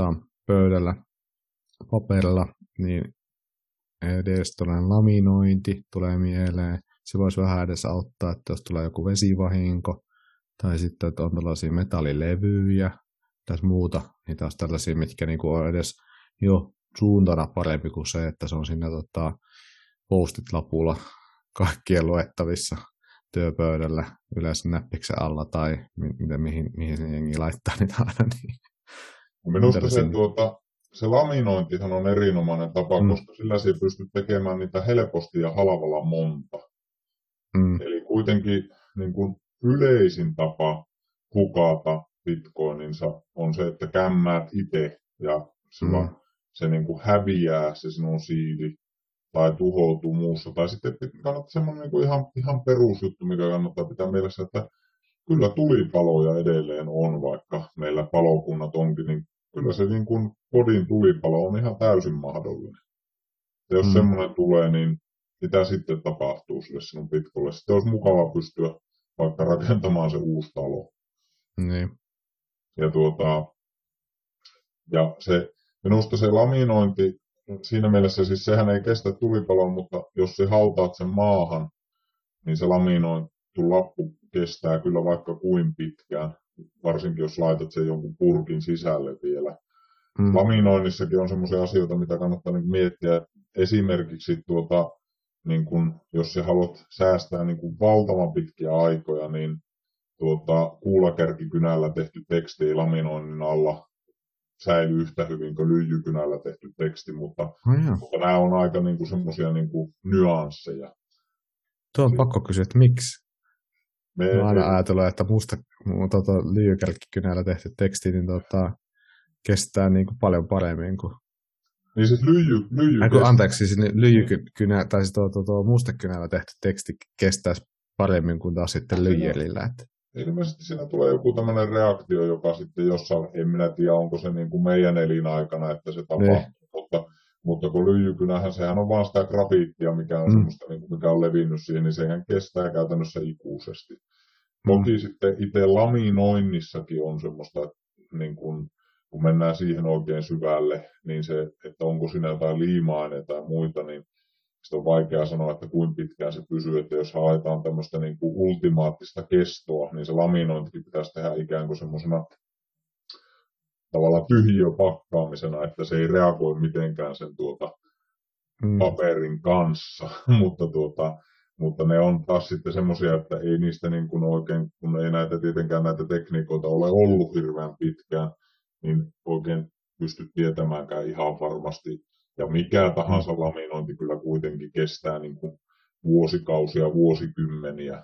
[SPEAKER 4] pöydällä paperilla, niin edes tuollainen laminointi tulee mieleen. Se voisi vähän edes auttaa, että jos tulee joku vesivahinko, tai sitten, että on tällaisia metallilevyjä, tai muuta, niin taas tällaisia, mitkä niinku on edes jo suuntana parempi kuin se, että se on siinä tota, postit-lapulla kaikkien luettavissa työpöydällä, yleensä näppiksen alla, tai mi- mihin, mihin se jengi laittaa niitä aina. Niin.
[SPEAKER 1] Minusta se, tuota, se laminointihan on erinomainen tapa, mm. koska sillä se pystyy tekemään niitä helposti ja halvalla monta. Mm. Eli kuitenkin niin kuin yleisin tapa hukata bitcoininsa on se, että kämmäät itse ja sulla mm. se niin kuin häviää se sinun siili tai tuhoutuu muussa. Tai sitten kannattaa semmoinen niin kuin ihan, ihan perusjuttu, mikä kannattaa pitää mielessä, että kyllä tulipaloja edelleen on, vaikka meillä palokunnat onkin, niin kyllä se niin kuin kodin tulipalo on ihan täysin mahdollinen. Ja jos mm. semmoinen tulee, niin mitä sitten tapahtuu sille sinun bitcoinille? Sitten olisi mukava pystyä vaikka rakentamaan se uusi talo.
[SPEAKER 4] Niin.
[SPEAKER 1] Ja, tuota, ja se, minusta se laminointi, siinä mielessä siis sehän ei kestä tulipalon, mutta jos se hautaat sen maahan, niin se laminointi lappu kestää kyllä vaikka kuin pitkään, varsinkin jos laitat sen jonkun purkin sisälle vielä. Mm. Laminoinnissakin on semmoisia asioita, mitä kannattaa niin miettiä. Esimerkiksi tuota, niin kun, jos sä haluat säästää niin kun valtavan pitkiä aikoja, niin tuota, kuulakärkikynällä tehty teksti ei laminoinnin alla säily yhtä hyvin kuin lyijykynällä tehty teksti, mutta,
[SPEAKER 4] oh,
[SPEAKER 1] mutta nämä on aika niin semmoisia niin nyansseja.
[SPEAKER 4] Tuo on pakko kysyä, että miksi?
[SPEAKER 1] Me,
[SPEAKER 4] Mä aina ajatellut, että musta tuota, lyijykärkikynällä tehty teksti niin, tota, kestää niin kuin paljon paremmin kuin...
[SPEAKER 1] Niin siis lyijy... lyijy
[SPEAKER 4] Aiku, anteeksi, siis lyijykynä, tai siis tuo, tuo, tuo mustekynällä tehty teksti kestäisi paremmin kuin taas sitten lyijyllä. Että...
[SPEAKER 1] Ilmeisesti siinä tulee joku tämmöinen reaktio, joka sitten jossain, en minä tiedä, onko se niin kuin meidän elinaikana, että se tapahtuu, mutta, mutta kun lyijykynähän, sehän on vaan sitä grafiittia, mikä on, mm. semmoista, mikä on levinnyt siihen, niin sehän kestää käytännössä ikuisesti. Toki mm. sitten itse laminoinnissakin on semmoista, niin kuin, kun mennään siihen oikein syvälle, niin se, että onko siinä jotain liima-aineita tai muita, niin sitten on vaikea sanoa, että kuinka pitkään se pysyy, että jos haetaan tämmöistä niin kuin ultimaattista kestoa, niin se laminointikin pitäisi tehdä ikään kuin semmoisena tavallaan tyhjiöpakkaamisena, että se ei reagoi mitenkään sen tuota mm. paperin kanssa, mutta, tuota, mutta ne on taas sitten semmoisia, että ei niistä niin kuin oikein, kun ei näitä tietenkään näitä tekniikoita ole ollut hirveän pitkään, niin oikein pysty tietämäänkään ihan varmasti. Ja mikä tahansa laminointi kyllä kuitenkin kestää niin kuin vuosikausia, vuosikymmeniä.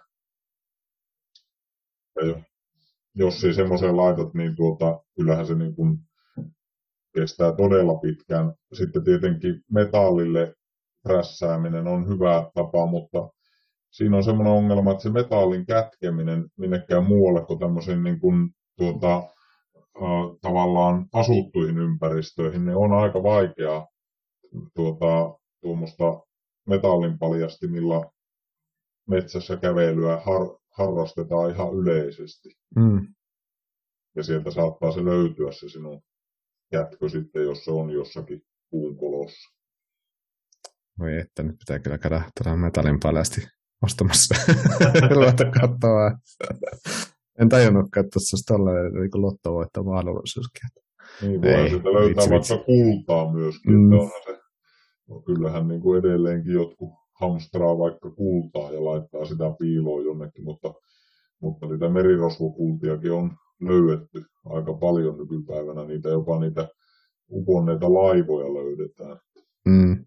[SPEAKER 1] Ja jos ei semmoiseen laitat, niin tuota, kyllähän se niin kuin kestää todella pitkään. Sitten tietenkin metallille prässääminen on hyvä tapa, mutta siinä on semmoinen ongelma, että se metallin kätkeminen minnekään muualle kuin tämmöisen niin kuin, tuota, äh, tavallaan asuttuihin ympäristöihin, niin on aika vaikeaa. Tuota, tuommoista metallin paljastimilla metsässä kävelyä har, harrastetaan ihan yleisesti.
[SPEAKER 4] Mm.
[SPEAKER 1] Ja sieltä saattaa se löytyä se sinun kätkö sitten, jos se on jossakin puun kolossa.
[SPEAKER 4] Voi että, nyt pitää kyllä käydä tätä metallin paljasti ostamassa. Ruveta katsoa. En tajunnutkaan, että tuossa olisi tollainen niin lottovoitto mahdollisuuskin.
[SPEAKER 1] Niin, voi sieltä löytää vitsi, vaikka vitsi. kultaa myöskin. Mm. Onhan se, no kyllähän niin kuin edelleenkin jotkut hamstraa vaikka kultaa ja laittaa sitä piiloon jonnekin, mutta, mutta niitä merirosvokultiakin on löydetty aika paljon nykypäivänä. Niitä jopa niitä uponneita laivoja löydetään.
[SPEAKER 4] Mm.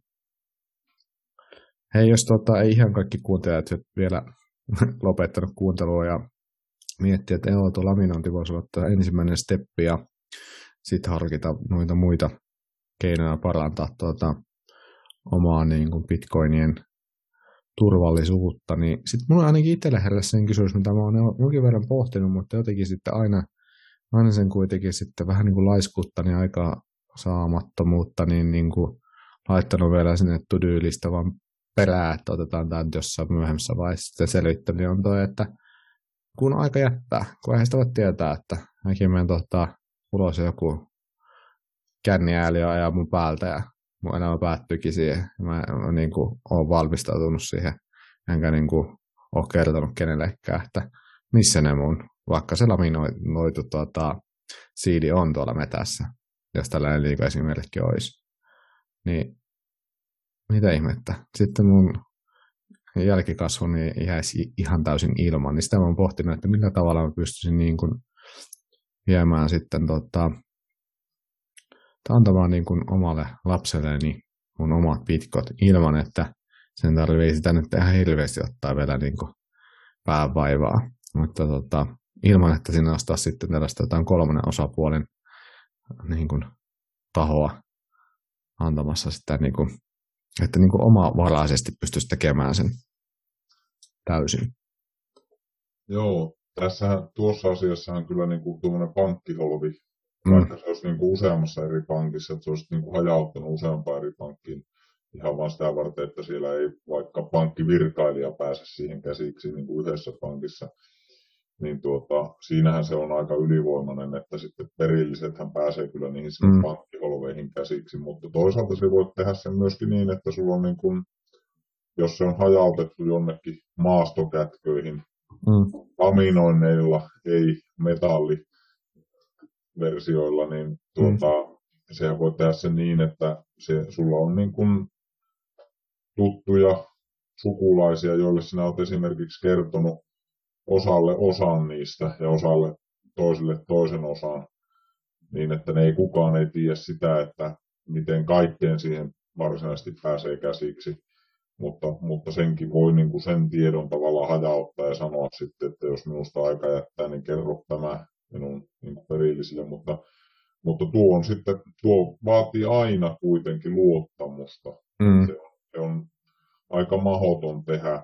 [SPEAKER 4] Hei, jos tuota, ei ihan kaikki kuuntelijat vielä lopettanut kuuntelua ja miettiä, että joo, tuo laminointi voisi olla ensimmäinen steppi ja sitten harkita noita muita keinoja parantaa tuota, omaa niin kuin bitcoinien turvallisuutta, niin sitten mulla ainakin itsellä heräsi sen kysymys, mitä mä oon jonkin verran pohtinut, mutta jotenkin sitten aina, aina sen kuitenkin sitten vähän niin kuin laiskuutta, niin aika saamattomuutta, niin, niin kuin laittanut vielä sinne to-do-lista vaan perään, että otetaan tämä jossain myöhemmässä vaiheessa sitten selvittänyt, niin on toi, että kun aika jättää, kun eihän sitä voi tietää, että mäkin menen tota, ulos joku känniääli ajaa mun päältä ja mun elämä päättyykin siihen. Mä, mä niin kuin, oon valmistautunut siihen, enkä niin kuin, ole kertonut kenellekään, että missä ne mun, vaikka se laminoitu tuota, siidi on tuolla metässä, jos tällainen liikaesimerkki olisi. Niin mitä ihmettä. Sitten mun jälkikasvuni jäisi ihan täysin ilman, niin sitä mä oon pohtinut, että millä tavalla mä pystyisin niin kuin viemään sitten tota, antamaan niin kuin omalle lapselleni mun omat pitkot ilman, että sen tarvii sitä nyt ihan hirveästi ottaa vielä niin kuin päävaivaa. Mutta tota, ilman, että siinä ostaa sitten tällaista jotain kolmannen osapuolen niin kuin tahoa antamassa sitä, niin kuin, että niin kuin omavaraisesti pystyisi tekemään sen täysin.
[SPEAKER 1] Joo, tässä tuossa asiassa on kyllä niin kuin tuommoinen pankkiholvi, mm. vaikka se olisi niin kuin useammassa eri pankissa, että se olisi niin kuin hajauttanut useampaan eri pankkiin ihan vaan sitä varten, että siellä ei vaikka pankkivirkailija pääse siihen käsiksi niin kuin yhdessä pankissa. Niin tuota, siinähän se on aika ylivoimainen, että sitten perillisethän pääsee kyllä niihin mm. pankkiholveihin käsiksi, mutta toisaalta se voi tehdä sen myöskin niin, että sulla on niin kuin, jos se on hajautettu jonnekin maastokätköihin, mm. laminoinneilla, ei metalliversioilla, niin tuota, mm. sehän voi tehdä sen niin, että se, sulla on niin kuin tuttuja sukulaisia, joille sinä olet esimerkiksi kertonut osalle osan niistä ja osalle toiselle toisen osan, niin että ne ei kukaan ei tiedä sitä, että miten kaikkeen siihen varsinaisesti pääsee käsiksi, mutta, mutta senkin voi niin kuin sen tiedon tavallaan hajauttaa ja sanoa sitten, että jos minusta aika jättää, niin kerro tämä minun niin kuin perillisille, mutta, mutta tuo, on sitten, tuo vaatii aina kuitenkin luottamusta. Mm. Se, on, se on aika mahdoton tehdä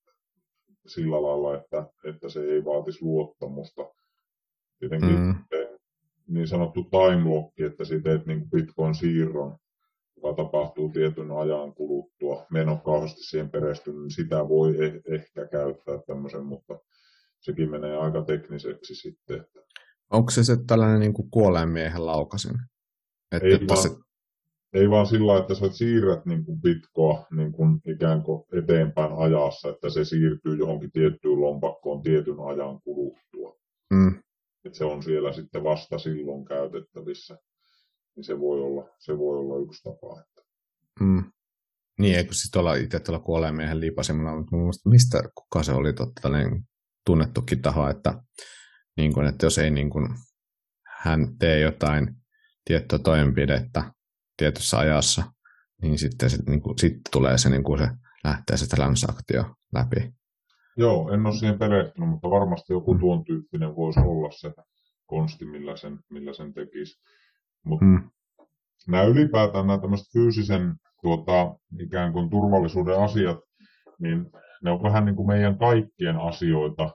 [SPEAKER 1] sillä lailla, että, että se ei vaatisi luottamusta. Tietenkin mm. niin sanottu time lock, että sinä teet niin Bitcoin-siirron, joka tapahtuu tietyn ajan kuluttua. Me en ole kauheasti siihen perehtynyt, niin sitä voi eh- ehkä käyttää tämmöisen, mutta sekin menee aika tekniseksi sitten.
[SPEAKER 4] Onko se se tällainen niin kuin kuolleen miehen laukasin?
[SPEAKER 1] Että, ei, että vaan, se... ei vaan sillä, että sä siirrät niin kuin Bitcoa niin kuin ikään kuin eteenpäin ajassa, että se siirtyy johonkin tiettyyn lompakkoon tietyn ajan kuluttua. Mm. Että se on siellä sitten vasta silloin käytettävissä. Niin se voi olla, se voi olla yksi tapa. Että...
[SPEAKER 4] Mm. Niin, eikö siis tuolla itse tuolla kuolleen miehen liipasimella, mutta mistä kuka se oli totta, tunnettukin taho, että, niin kun, että jos ei niin kun, hän tee jotain tiettyä toimenpidettä tietyssä ajassa, niin sitten, sit, niin kun, sitten tulee se, niin kun se lähtee se transaktio läpi.
[SPEAKER 1] Joo, en ole siihen perehtynyt, mutta varmasti joku tuon tyyppinen voisi olla se konsti, millä sen, millä sen tekisi. Mutta mm. nämä ylipäätään nämä tämmöiset fyysisen tuota, ikään kuin turvallisuuden asiat, niin ne on vähän niin kuin meidän kaikkien asioita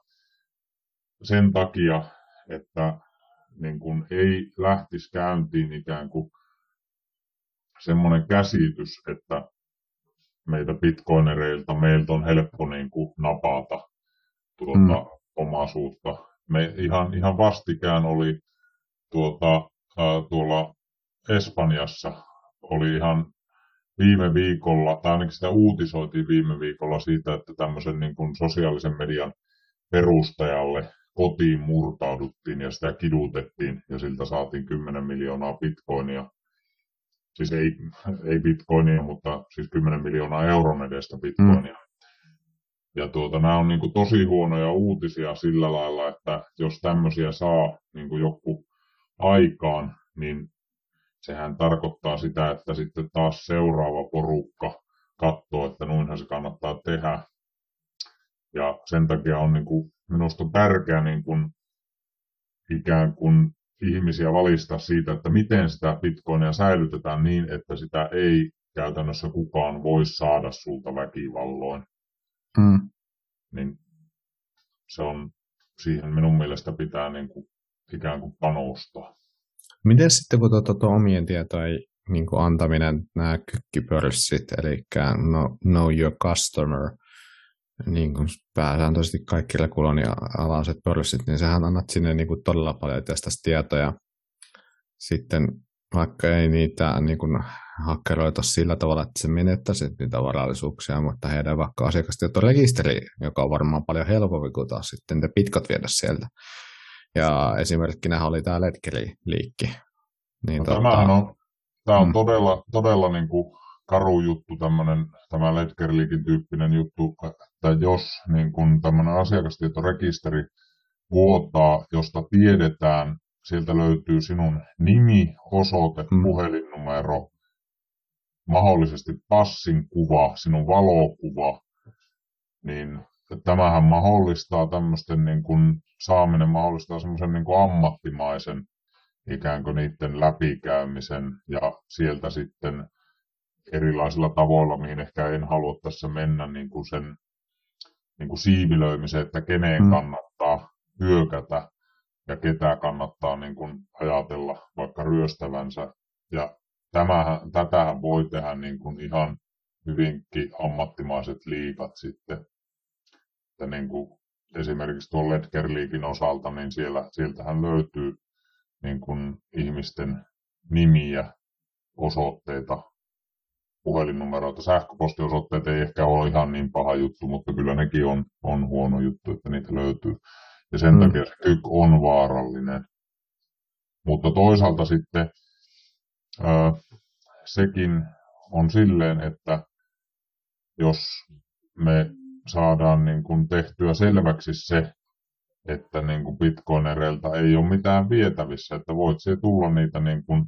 [SPEAKER 1] sen takia, että niin kuin ei lähtisi käyntiin ikään kuin semmoinen käsitys, että meitä bitcoinereilta, meiltä on helppo niin kuin napata tuota mm. omaisuutta. Me ihan, ihan vastikään oli tuota, ää, tuolla Espanjassa oli ihan viime viikolla, tai ainakin sitä uutisoitiin viime viikolla siitä, että tämmöisen niin kuin sosiaalisen median perustajalle kotiin murtauduttiin ja sitä kidutettiin ja siltä saatiin kymmenen miljoonaa bitcoinia. Siis ei, ei bitcoinia, mutta siis kymmenen miljoonaa euron edestä bitcoinia. Mm. Ja tuota, nämä on niin kuin tosi huonoja uutisia sillä lailla, että jos tämmöisiä saa niin kuin joku aikaan, niin sehän tarkoittaa sitä, että sitten taas seuraava porukka katsoo, että noinhan se kannattaa tehdä. Ja sen takia on niin kuin, minusta tärkeää niin kuin, ikään kuin ihmisiä valistaa siitä, että miten sitä bitcoinia säilytetään niin, että sitä ei käytännössä kukaan voi saada sulta väkivalloin. Mm. Niin se on, siihen minun mielestä pitää niin kuin, ikään kuin panostaa.
[SPEAKER 4] Miten sitten, kun tuo, tuo omien tietojen niin kuin antaminen, nämä kykkipörssit, eli no, know your customer, niin kuin pääsääntöisesti kaikille kolonialaiset pörssit, niin sähän annat sinne niin kuin todella paljon tästä tietoja. Sitten vaikka ei niitä niin kuin hakkeroita sillä tavalla, että se menettäisi niitä varallisuuksia, mutta heidän vaikka asiakastietorekisteri, joka on varmaan paljon helpompi kuin taas sitten ne pitkot viedä sieltä. Ja esimerkkinä oli tämä Ledgeri-liikki. Niin
[SPEAKER 1] no,
[SPEAKER 4] tota,
[SPEAKER 1] tämähän on, tämä on
[SPEAKER 4] mm.
[SPEAKER 1] todella, todella niin kuin karu juttu, tämmöinen, tämä Ledgeri-liikin tyyppinen juttu, että jos niin kuin tämmöinen asiakastietorekisteri vuotaa, josta tiedetään, sieltä löytyy sinun nimi, osoite,
[SPEAKER 4] mm.
[SPEAKER 1] puhelinnumero, mahdollisesti passin kuva, sinun valokuva, niin tämähän mahdollistaa tämmöisten niin kuin saaminen, mahdollistaa semmoisen niin kuin ammattimaisen ikään kuin niiden läpikäymisen ja sieltä sitten erilaisilla tavoilla, mihin ehkä en halua tässä mennä, niin kuin sen niin kuin siivilöimiseen, että keneen mm. kannattaa hyökätä ja ketä kannattaa niin kuin ajatella vaikka ryöstävänsä. Ja tämähän, tätähän voi tehdä niin kuin ihan hyvinkin ammattimaiset liigat sitten. Että niin kuin esimerkiksi tuon Ledger-liikin osalta, niin siellä, sieltähän löytyy niin kuin ihmisten nimiä, osoitteita, puhelinnumeroita, sähköpostiosoitteet ei ehkä ole ihan niin paha juttu, mutta kyllä nekin on, on huono juttu, että niitä löytyy. Ja sen mm. takia se kyk on vaarallinen. Mutta toisaalta sitten ö, sekin on silleen, että jos me saadaan niin kuin tehtyä selväksi se, että niin kuin bitcoinereilta ei ole mitään vietävissä, että voit se tulla niitä niin kuin,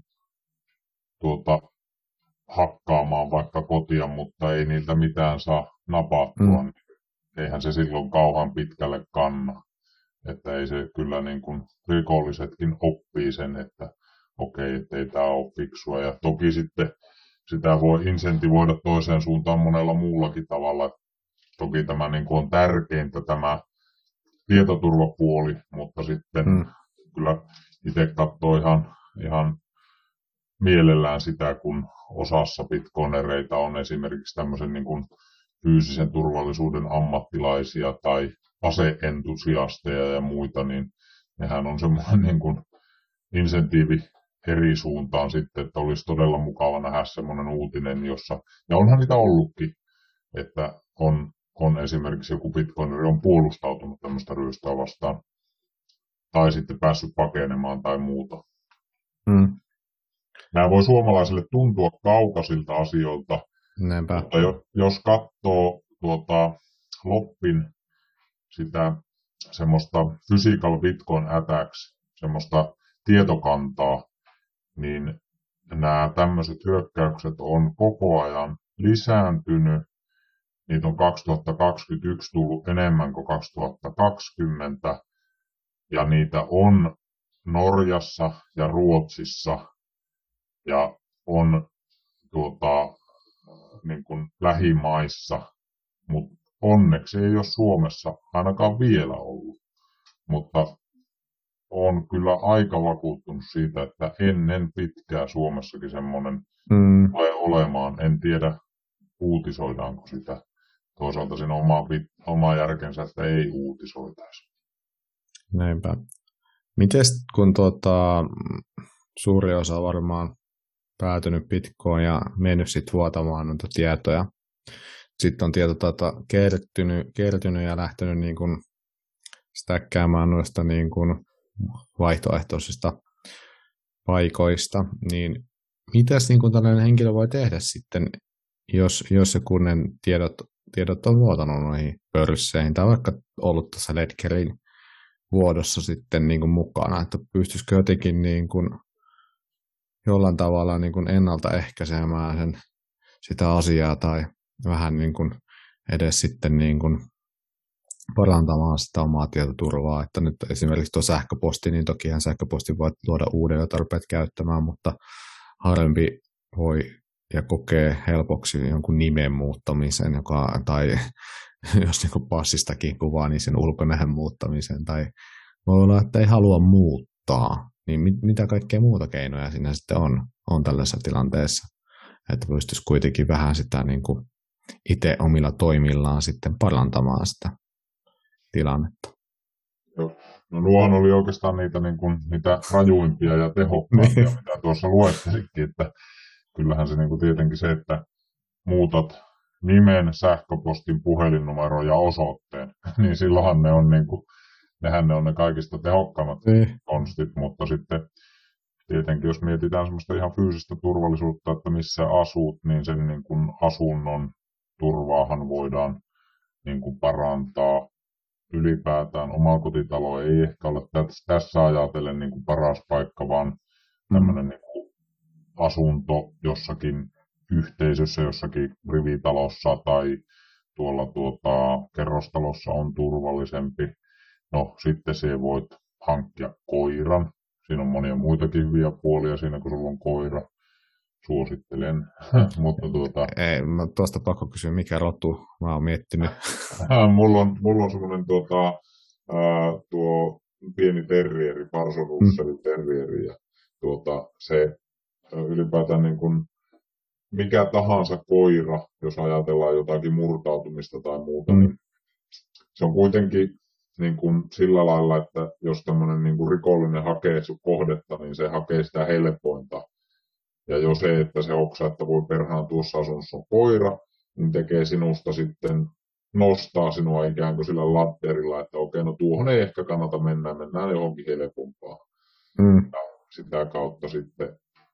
[SPEAKER 1] tuota, hakkaamaan vaikka kotia, mutta ei niiltä mitään saa napattua, mm. niin eihän se silloin kauhan pitkälle kanna. Että ei se kyllä niin kuin rikollisetkin oppii sen, että okei, ettei tämä ole fiksua. Ja toki sitten sitä voi insentivoida toiseen suuntaan monella muullakin tavalla. Toki tämä niin kuin on tärkeintä tämä tietoturvapuoli, mutta sitten mm. kyllä itse katsoo ihan, ihan mielellään sitä, kun osassa bitcoinereita on esimerkiksi tämmöisen niin kuin fyysisen turvallisuuden ammattilaisia tai aseentusiasteja ja muita, niin nehän on semmoinen niin kuin insentiivi eri suuntaan sitten, että olisi todella mukava nähdä semmoinen uutinen, jossa, ja onhan niitä ollutkin, että on, on esimerkiksi joku bitcoineri on puolustautunut tämmöistä ryöstöä vastaan, tai sitten päässyt pakenemaan tai muuta.
[SPEAKER 4] Mm.
[SPEAKER 1] Nämä voi suomalaisille tuntua kaukaisilta asioilta,
[SPEAKER 4] Näinpä.
[SPEAKER 1] Mutta jos katsoo tuota Loppin sitä semmoista physical bitcoin attacks, semmoista tietokantaa, niin nämä tämmöiset hyökkäykset on koko ajan lisääntynyt. Niitä on kaksituhattakaksikymmentäyksi tullut enemmän kuin kaksituhattakaksikymmentä, ja niitä on Norjassa ja Ruotsissa, ja on tuota, niin kuin lähimaissa, mutta onneksi ei ole Suomessa ainakaan vielä ollut. Mutta olen kyllä aika vakuuttunut siitä, että ennen pitkää Suomessakin semmoinen mm. tulee olemaan. En tiedä, uutisoidaanko sitä. Toisaalta siinä on oma, oma järkensä, että ei uutisoitaisi.
[SPEAKER 4] Näinpä. Mites kun tuota, suuri osa varmaan päätynyt Bitcoin ja mennyt sitten vuotamaan noita tietoja. Sitten on tietotata kertynyt, kertynyt ja lähtenyt niin kuin stäkkäämään noista niin kuin vaihtoehtoisista paikoista. Niin mitäs niin kuin tällainen henkilö voi tehdä sitten, jos, jos se kunnen tiedot, tiedot on vuotanut noihin pörsseihin tai vaikka ollut tässä Ledgerin vuodossa sitten niin kuin mukana, että pystyisikö jotenkin niin kuin jollain tavalla niin kuin ennaltaehkäisemään sen, sitä asiaa tai vähän niin kuin edes sitten niin kuin parantamaan sitä omaa tietoturvaa. Että nyt esimerkiksi tuo sähköposti, niin tokihan sähköposti voi luoda uuden, jota rupeat käyttämään, mutta harvempi voi ja kokee helpoksi jonkun nimen muuttamisen, joka, tai jos niin kuin passistakin kuvaa, niin sen ulkonäön muuttamisen, tai voi olla, että ei halua muuttaa. Niin mit, mitä kaikkea muuta keinoja siinä sitten on, on tällaisessa tilanteessa, että pystyisi kuitenkin vähän sitä niin kuin itse omilla toimillaan sitten parantamaan sitä tilannetta.
[SPEAKER 1] Joo. No nuohan oli oikeastaan niitä niin kuin, mitä rajuimpia ja tehokkaimpia, mitä tuossa luettelinkin, että kyllähän se niin kuin tietenkin se, että muutat nimen, sähköpostin, puhelinnumero ja osoitteen, niin silloinhan ne on niin kuin, nehän ne on ne kaikista tehokkaimmat
[SPEAKER 4] niin.
[SPEAKER 1] konstit, mutta sitten tietenkin jos mietitään semmoista ihan fyysistä turvallisuutta, että missä asut, niin sen niin kuin asunnon turvaahan voidaan niin kuin parantaa. Ylipäätään omakotitalo ei ehkä ole tässä ajatellen niin kuin paras paikka, vaan tämmöinen mm. niin kuin asunto jossakin yhteisössä, jossakin rivitalossa tai tuolla tuota, kerrostalossa on turvallisempi. No sitten se voit hankkia koiran. Siinä on monia muitakin hyviä puolia siinä, kun sulla on koira. Suosittelen. Mutta tuota...
[SPEAKER 4] Ei, mä tuosta pakko kysyä, mikä rotu mä oon miettinyt.
[SPEAKER 1] mulla on, mulla on semmoinen tuota, ää, tuo pieni terrieri, Parson Russellin terrieri. Ja tuota, se ylipäätään niin kuin mikä tahansa koira, jos ajatellaan jotakin murtautumista tai muuta, mm. niin se on kuitenkin niin kuin sillä lailla, että jos tämmöinen niin kuin rikollinen hakee sun kohdetta, niin se hakee sitä helpointa. Ja jo se, että se oksa, että voi perhaan tuossa asunnossa on koira, niin tekee sinusta sitten, nostaa sinua ikään kuin sillä latterilla, että okei, no tuohon ei ehkä kannata mennä, mennään johonkin helpompaa.
[SPEAKER 4] Mm.
[SPEAKER 1] Ja sitä kautta sitten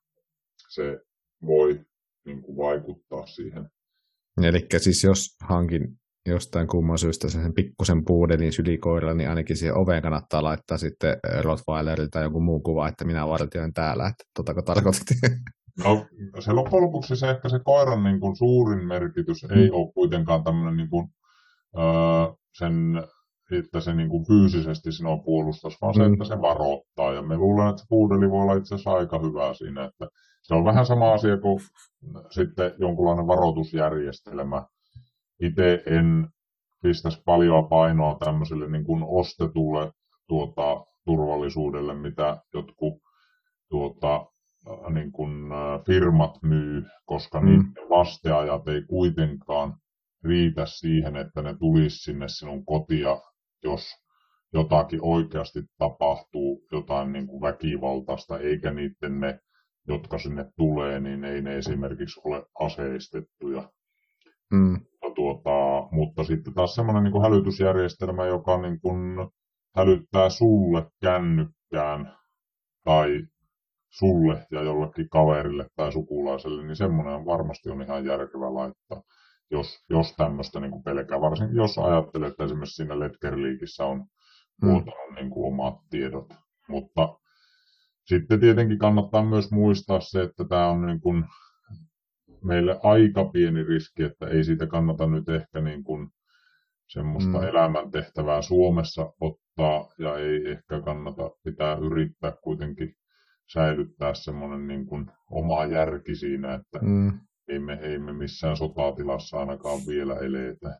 [SPEAKER 1] se voi niin kuin vaikuttaa siihen.
[SPEAKER 4] Eli siis jos hankin jostain kumman syystä sen pikkusen puudelin sylikoiralla, niin ainakin siihen oveen kannattaa laittaa sitten Rottweilerilta tai joku muu kuva, että minä vartioin täällä, että totako tarkoitit?
[SPEAKER 1] No se loppujen lopuksi se ehkä se koiran niin kuin suurin merkitys ei ole kuitenkaan tämmöinen niin kuin, öö, sen, että se niin kuin fyysisesti sinua puolustaisi, vaan se, että se varoittaa. Ja me luulen, että se puudeli voi olla itse asiassa aika hyvä siinä, että se on vähän sama asia kuin sitten jonkunlainen varoitusjärjestelmä. Itse en pistäisi paljon painoa tämmöiselle niin kuin ostetulle tuota, turvallisuudelle, mitä jotkut tuota, niin kuin, firmat myy, koska mm. niiden vasteajat ei kuitenkaan riitä siihen, että ne tulisi sinne sinun kotia, jos jotakin oikeasti tapahtuu, jotain niin kuin väkivaltaista, eikä niiden ne, jotka sinne tulee, niin ei ne esimerkiksi ole aseistettuja.
[SPEAKER 4] Mm.
[SPEAKER 1] Tuota, mutta sitten taas semmoinen niin kuin hälytysjärjestelmä, joka niin kuin hälyttää sulle kännykkään tai sulle ja jollekin kaverille tai sukulaiselle, niin semmoinen on varmasti on ihan järkevä laittaa, jos, jos tämmöistä niin kuin pelkää. Varsinkin jos ajattelee, että esimerkiksi siinä Letgerliikissä on tuotanut mm. niin kuin omat tiedot. Mutta sitten tietenkin kannattaa myös muistaa se, että tämä on niin kuin meille aika pieni riski, että ei siitä kannata nyt ehkä niin kuin semmoista mm. elämäntehtävää Suomessa ottaa ja ei ehkä kannata pitää yrittää kuitenkin säilyttää semmoinen niin kuin oma järki siinä, että mm. ei, me, ei me missään sotatilassa ainakaan vielä eletä.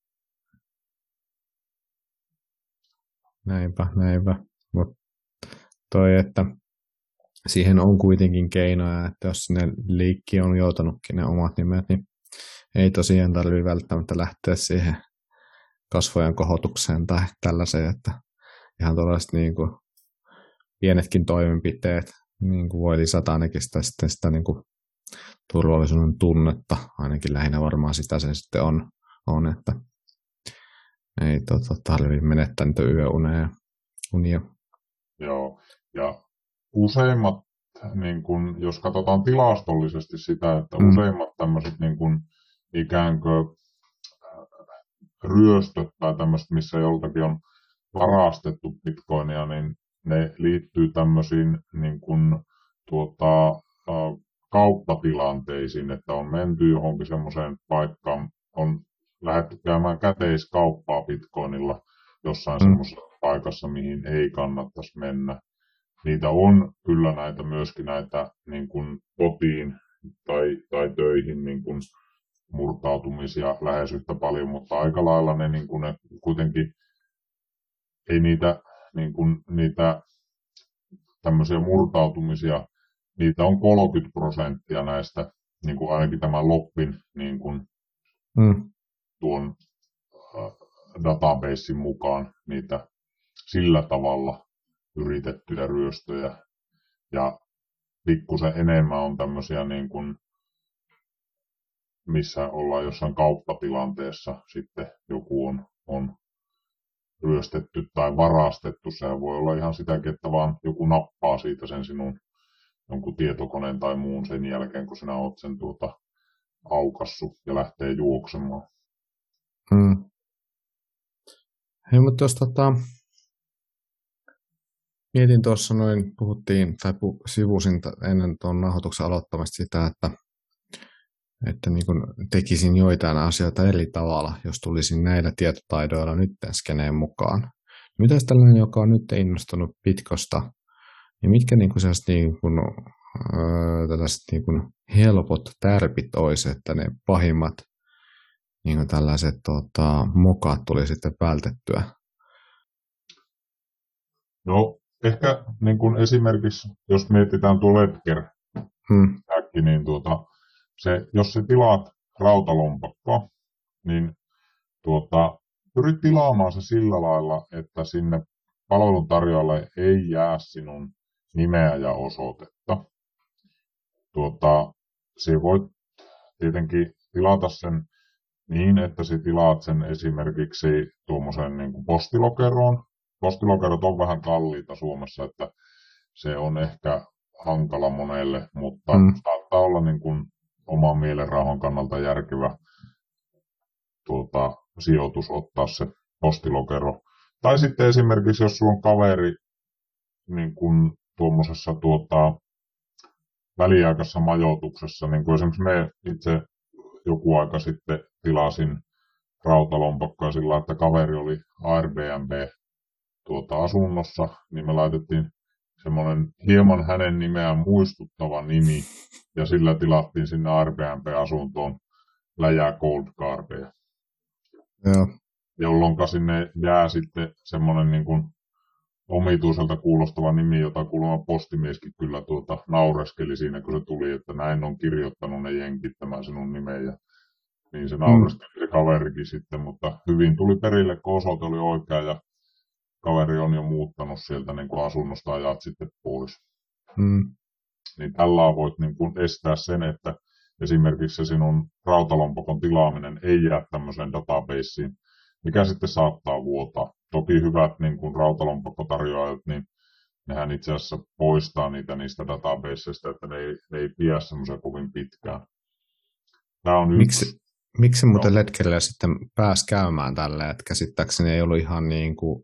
[SPEAKER 4] Näinpä, näinpä. Mutta toi, että siihen on kuitenkin keinoja, että jos ne liikki on joutunutkin ne omat nimet, niin ei tosiaan tarvitse välttämättä lähteä siihen kasvojen kohotukseen tai tällaiseen, että ihan tällaiset niin kuin pienetkin toimenpiteet niin kuin voi lisätä ainakin sitä, sitten sitä niin kuin turvallisuuden tunnetta, ainakin lähinnä varmaan sitä se sitten on, on että ei tota, tarvitse menettää niitä yöunia. Unia.
[SPEAKER 1] Joo, ja useimmat, niin kun, jos katsotaan tilastollisesti sitä, että mm. useimmat tämmöiset niin kun, ikään kuin ryöstöt tai tämmöiset, missä joltakin on varastettu bitcoinia, niin ne liittyy tämmöisiin niin kun, tuota, kauppatilanteisiin, että on menty johonkin semmoiseen paikkaan, on lähdetty käymään käteiskauppaa bitcoinilla jossain mm. semmoisessa paikassa, mihin ei kannattaisi mennä. Niitä on kyllä näitä myöskin näitä niin kuin kotiin tai, tai töihin niin kuin murtautumisia lähes yhtä paljon, mutta aika lailla ne, niin kuin ne kuitenkin ei niitä, niin kuin, niitä tämmöisiä murtautumisia, niitä on kolmekymmentä prosenttia näistä, niin kuin ainakin tämän Loppin niin kuin mm. tuon äh, databasein mukaan niitä sillä tavalla yritettyjä ryöstöjä. Ja pikkusen enemmän on tämmöisiä, niin kuin, missä ollaan jossain kauppatilanteessa, sitten joku on, on ryöstetty tai varastettu. Sehän voi olla ihan sitäkin, että vaan joku nappaa siitä sen sinun jonkun tietokoneen tai muun sen jälkeen, kun sinä olet sen tuota aukassut ja lähtee juoksemaan.
[SPEAKER 4] Hmm. Hei, mutta jos tota, mietin tuossa noin, puhuttiin tai pu, sivusin ennen tuon nauhoituksen aloittamista sitä, että, että niin kun tekisin joitain asioita eri tavalla, jos tulisin näillä tietotaidoilla nyt skeneen mukaan. Mitäs tällainen, joka on nyt innostunut Bitcosta, niin mitkä niin kuin niin kuin, öö, tällaiset niin kuin helpot tärpit olisi, että ne pahimmat niin kuin tällaiset tota, mokat tuli sitten vältettyä?
[SPEAKER 1] No ehkä niin kuin esimerkiksi, jos mietitään tuo Ledger,
[SPEAKER 4] hmm.
[SPEAKER 1] äkki, niin tuota, se, jos sä tilaat rautalompakkoa, niin tuota, pyrit tilaamaan se sillä lailla, että sinne palveluntarjoajalle ei jää sinun nimeä ja osoitetta. Tuota, se voit tietenkin tilata sen niin, että sä tilaat sen esimerkiksi tuommoisen niin kuin postilokeroon. Postilokerot on vähän kalliita Suomessa, että se on ehkä hankala monelle, mutta mm. saattaa olla niin kuin oman mielenrauhan kannalta järkevä tuota, sijoitus ottaa se postilokero. Tai sitten esimerkiksi, jos sulla on kaveri niin kuin tuommoisessa tuota, väliaikaisessa majoituksessa, niin kuin esimerkiksi me itse joku aika sitten tilasin rautalompakkoa sillä, että kaveri oli Airbnb tuota asunnossa, niin me laitettiin semmoinen hieman hänen nimeään muistuttava nimi, ja sillä tilattiin sinne Airbnb-asuntoon läjää cold cardeja.
[SPEAKER 4] Joo.
[SPEAKER 1] Jolloin sinne jää sitten semmoinen niin kuin omituiselta kuulostava nimi, jota kuulemma postimieskin kyllä tuota naureskeli siinä, kun se tuli, että näin on kirjoittanut ne jenkit tämän sinun nimeen, ja niin se naureskeli se kaverikin sitten, mutta hyvin tuli perille, kun osoite oli oikea, ja kaveri on jo muuttanut sieltä niin kuin asunnosta ajat sitten pois.
[SPEAKER 4] Mm.
[SPEAKER 1] Niin tällä voit niin kuin estää sen, että esimerkiksi se sinun rautalompakon tilaaminen ei jää tämmöiseen databaseen, mikä sitten saattaa vuotaa. Toki hyvät niin kuin rautalompakkotarjoajat, niin nehän itse asiassa poistaa niitä niistä databaseista, että ne ei, ne ei pidä semmoisia kovin pitkään. Tämä on
[SPEAKER 4] miksi,
[SPEAKER 1] yksi.
[SPEAKER 4] miksi muuten no. Ledgerillä sitten pääsi käymään tällä, että käsittääkseni ei ollut ihan niin kuin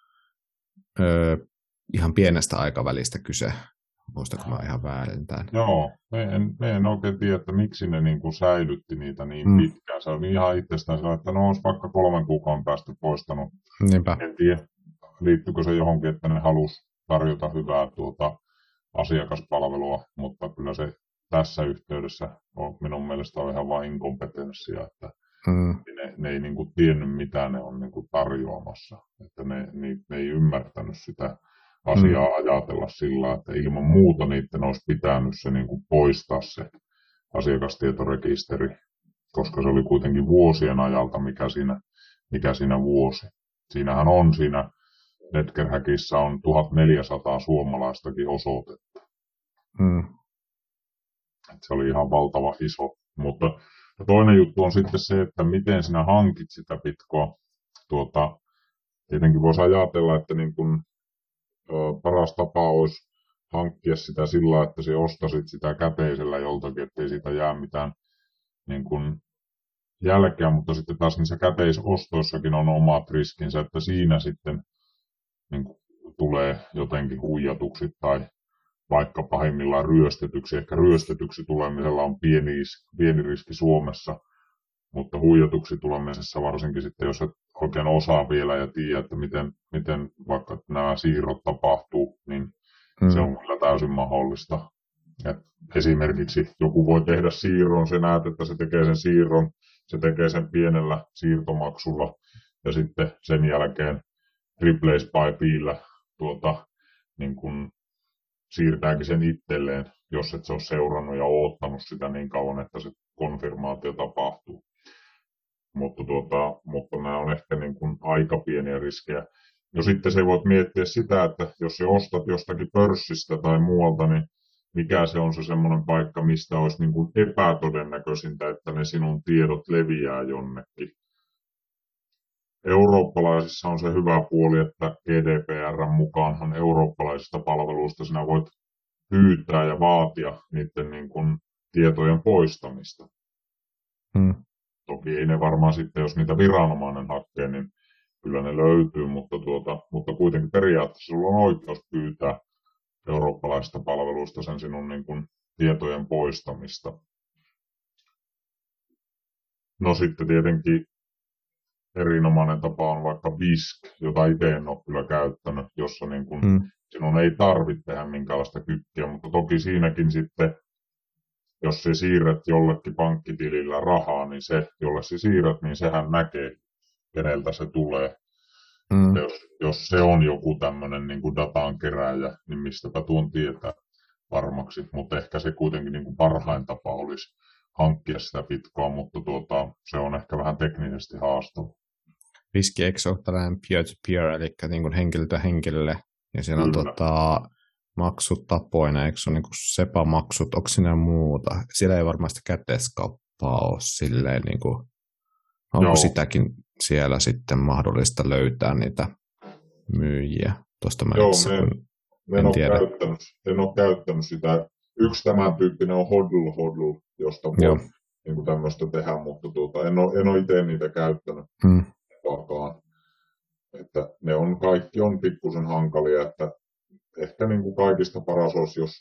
[SPEAKER 4] Öö, ihan pienestä aikavälistä kyse. Muistatko mä ihan väärin tämän?
[SPEAKER 1] Joo, me en, me en oikein tiedä, että miksi ne niin kuin säilytti niitä niin
[SPEAKER 4] mm. pitkään.
[SPEAKER 1] Se oli ihan itsestään sellainen, että ne olisi vaikka kolmen kuukauden päästä poistanut.
[SPEAKER 4] Niinpä.
[SPEAKER 1] En tiedä, liittyykö se johonkin, että ne halusi tarjota hyvää tuota asiakaspalvelua, mutta kyllä se tässä yhteydessä on minun mielestä on ihan vain inkompetenssia, että mm. ne, ne ei niin kuin tiennyt, mitä ne on niin kuin tarjoamassa. Että ne, ne, ne ei ymmärtänyt sitä asiaa mm. ajatella sillä, että ilman muuta niiden olisi pitänyt se niin kuin poistaa se asiakastietorekisteri, koska se oli kuitenkin vuosien ajalta, mikä siinä, mikä siinä vuosi. Siinähän on siinä Ledger-häkissä on tuhatneljäsataa suomalaistakin osoitetta.
[SPEAKER 4] Mm.
[SPEAKER 1] Se oli ihan valtava iso. Mutta toinen juttu on sitten se, että miten sinä hankit sitä Bitcoa. Tuota, tietenkin voisi ajatella, että niin kun, ö, paras tapa olisi hankkia sitä sillä, että sinä ostasit sitä käteisellä joltakin, ettei siitä jää mitään niin kun jälkeä, mutta sitten taas niissä käteisostoissakin on omat riskinsä, että siinä sitten niin kun tulee jotenkin huijatuksi tai vaikka pahimmillaan ryöstetyksi. Ehkä ryöstetyksi tulemisella on pieni, pieni riski Suomessa, mutta huijatuksi tulemisessa varsinkin sitten, jos et oikein osaa vielä ja tiedä, että miten, miten vaikka nämä siirrot tapahtuu, niin hmm. se on kyllä täysin mahdollista. Et esimerkiksi joku voi tehdä siirron, se näet, että se tekee sen siirron, se tekee sen pienellä siirtomaksulla ja sitten sen jälkeen replace by feellä tuota, niin kun siirtääkin sen itselleen, jos et se ole seurannut ja oottanut sitä niin kauan, että se konfirmaatio tapahtuu. Mutta, tuota, mutta nämä on ehkä niin kuin aika pieniä riskejä. Jo sitten se voit miettiä sitä, että jos sä ostat jostakin pörssistä tai muualta, niin mikä se on se semmoinen paikka, mistä olisi niin kuin epätodennäköisintä, että ne sinun tiedot leviää jonnekin. Eurooppalaisissa on se hyvä puoli, että G D P R:n mukaanhan eurooppalaisista palveluista sinä voit pyytää ja vaatia niiden niin kuin tietojen poistamista.
[SPEAKER 4] Hmm.
[SPEAKER 1] Toki ei ne varmaan sitten, jos niitä viranomainen hakee, niin kyllä ne löytyy, mutta, tuota, mutta kuitenkin periaatteessa sinulla on oikeus pyytää eurooppalaisista palveluista sen sinun niin kuin tietojen poistamista. No sitten tietenkin erinomainen tapa on vaikka B I S K, jota itse en ole kyllä käyttänyt, jossa niin kuin
[SPEAKER 4] Hmm.
[SPEAKER 1] sinun ei tarvitse tehdä minkäänlaista kykkiä, mutta toki siinäkin sitten, jos se siirrät jollekin pankkitilillä rahaa, niin se, jolle se siirrät, niin sehän näkee, keneltä se tulee.
[SPEAKER 4] Hmm.
[SPEAKER 1] Jos, jos se on joku tämmöinen niin kuin datan kerääjä, niin mistäpä tuon tietää varmaksi, mutta ehkä se kuitenkin niin kuin parhain tapa olisi hankkia sitä bitcoa, mutta tuota, se on ehkä vähän teknisesti haastava.
[SPEAKER 4] Riski, eikö se ole tällainen peer-to-peer, eli niin kuin henkilöltä henkilölle, ja siellä on tota, maksutapoina, eikö se ole niin kuin SEPA-maksut, onko siinä muuta? Siellä ei varmasti käteiskauppaa ole silleen, niin kuin, onko
[SPEAKER 1] Joo.
[SPEAKER 4] sitäkin siellä sitten mahdollista löytää niitä myyjiä tuosta
[SPEAKER 1] Joo,
[SPEAKER 4] määrässä,
[SPEAKER 1] me,
[SPEAKER 4] kun
[SPEAKER 1] me en,
[SPEAKER 4] en
[SPEAKER 1] ole
[SPEAKER 4] tiedä.
[SPEAKER 1] käyttänyt, en ole käyttänyt sitä. Yksi tämän tyyppinen on hodl hodl, josta
[SPEAKER 4] Joo.
[SPEAKER 1] voi niin kuin tämmöistä tehdä, mutta tuota, en ole, en ole itse niitä käyttänyt
[SPEAKER 4] Hmm.
[SPEAKER 1] vakaan. Että ne on, kaikki on pikkusen hankalia, että ehkä niin kuin kaikista paras olisi, jos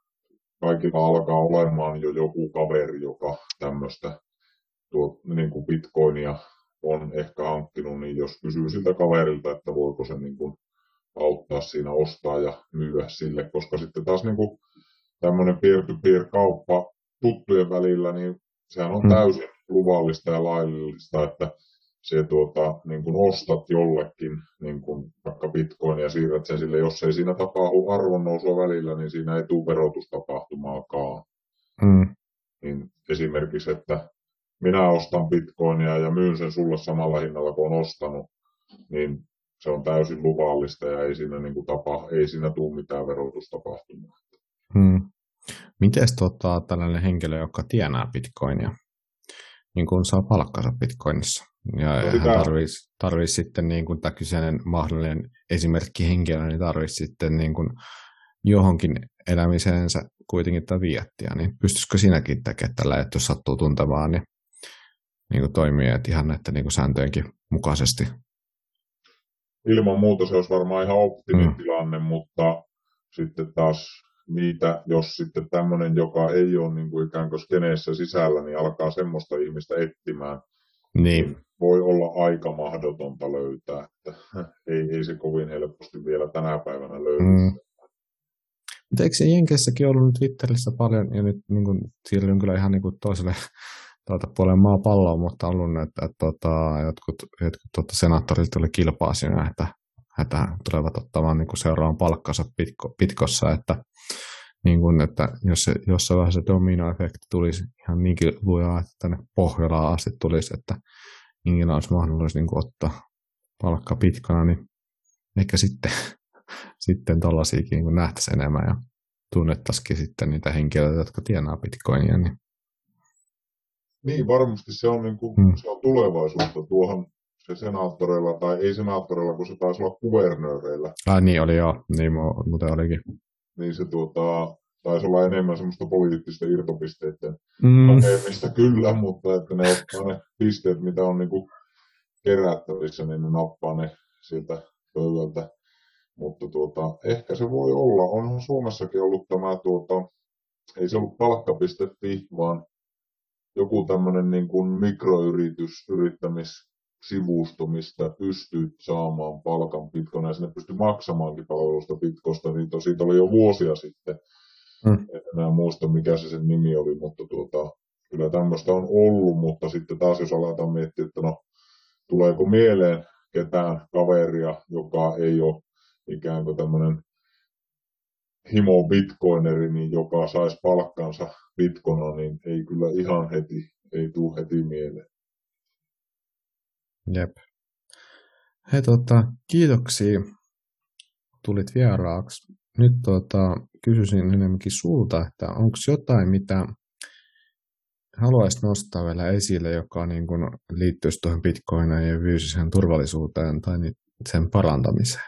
[SPEAKER 1] kaikilla alkaa olemaan jo joku kaveri, joka tämmöistä tuo, niin kuin bitcoinia on ehkä hankkinut, niin jos kysyy siltä kaverilta, että voiko se niin kuin auttaa siinä ostaa ja myyä sille, koska sitten taas niin kuin tämmöinen peer-to-peer-kauppa tuttujen välillä, niin sehän on
[SPEAKER 4] Hmm.
[SPEAKER 1] täysin luvallista ja laillista, että se tuota, niin kuin ostat jollekin niin kuin vaikka bitcoinia ja siirrät sen sille, jos ei siinä tapahdu arvonnousua välillä, niin siinä ei tule verotustapahtumaakaan.
[SPEAKER 4] Hmm.
[SPEAKER 1] Niin esimerkiksi, että minä ostan bitcoinia ja myyn sen sulle samalla hinnalla kuin on ostanut, niin se on täysin luvallista ja ei siinä, niin kuin tapa, ei siinä tule mitään verotustapahtumaa.
[SPEAKER 4] Hmm. Mites tota, tällainen henkilö, joka tienaa bitcoinia, niin kun saa palkkansa bitcoinissa, ja
[SPEAKER 1] No
[SPEAKER 4] hän
[SPEAKER 1] sitä-
[SPEAKER 4] tarvitsisi tarvis sitten, niin kun tämä kyseinen mahdollinen esimerkki henkilö, niin tarvitsisi sitten niin kun johonkin elämiseensä kuitenkin tätä viattia, niin pystyisikö sinäkin tekemään tällä, että jos sattuu tuntemaan, niin, niin kuin toimii, että ihan näiden niin kuin sääntöjenkin mukaisesti.
[SPEAKER 1] Ilman muuta se olisi varmaan ihan optimitilanne, mm. mutta sitten taas niitä, jos sitten tämmöinen, joka ei ole niin kuin ikään kuin skeneessä sisällä, niin alkaa semmoista ihmistä etsimään,
[SPEAKER 4] Niin,
[SPEAKER 1] niin voi olla aika mahdotonta löytää, että ei, ei se kovin helposti vielä tänä päivänä löydy.
[SPEAKER 4] mm. Mutta eikö se Jenkeissäkin ollut nyt Twitterissä paljon, ja nyt niin kuin, siellä on kyllä ihan niin kuin toiselle tuolta puolen maapalloa, mutta on ollut, että, että, että jotkut, jotkut tuota, senaattorit tuli kilpaa siinä, että, että tulevat ottamaan niin kuin seuraavan palkkansa pitko, pitkossa, että, niin kuin, että jos se, jossain vaiheessa se dominoefekti tulisi ihan niinkin lujaa, että tänne Pohjolaan asti tulisi, että niillä olisi mahdollisuus niin kuin ottaa palkka pitkona, niin ehkä sitten, sitten tuollaisiakin niin nähtäisiin enemmän ja tunnettaisikin sitten niitä henkilöitä, jotka tienaa bitcoinia. Niin.
[SPEAKER 1] Niin, varmasti se on, niin kuin,
[SPEAKER 4] Hmm.
[SPEAKER 1] se on tulevaisuutta tuohon se senaattoreilla, tai ei senaattoreilla, kun se taisi olla kuvernööreillä.
[SPEAKER 4] Ah, niin oli joo, niin muuten olikin.
[SPEAKER 1] Niin se tuota, taisi olla enemmän semmoista poliittisten irtopisteiden
[SPEAKER 4] Mm.
[SPEAKER 1] hakemista kyllä, mutta että ne ottaa ne pisteet, mitä on niin kuin kerättävissä, niin ne nappaa ne sieltä pöydältä. Mutta tuota, ehkä se voi olla. Onhan Suomessakin ollut tämä, tuota, ei se ollut palkka piste fi, vaan joku tämmöinen niin kuin mikroyritys, yrittämissivusto, mistä pystyy saamaan palkan bitcoina ja sinne pystyy maksamaankin palvelusta bitcoista, niin siitä oli jo vuosia sitten.
[SPEAKER 4] Mm.
[SPEAKER 1] En enää muista, mikä se sen nimi oli, mutta tuota, kyllä tämmöistä on ollut, mutta sitten taas jos aletaan miettiä, että no, tuleeko mieleen ketään kaveria, joka ei ole ikään kuin tämmöinen himo bitcoineri, niin joka saisi palkkansa bitcoina, niin ei kyllä ihan heti, ei tule heti mieleen.
[SPEAKER 4] Jep. Hei, tota, kiitoksia, tulit vieraaksi. Nyt tota, kysyisin enemmänkin sulta, että onko jotain, mitä haluaisit nostaa vielä esille, joka niin kun liittyisi tuohon Bitcoiniin ja fyysiseen turvallisuuteen tai sen parantamiseen?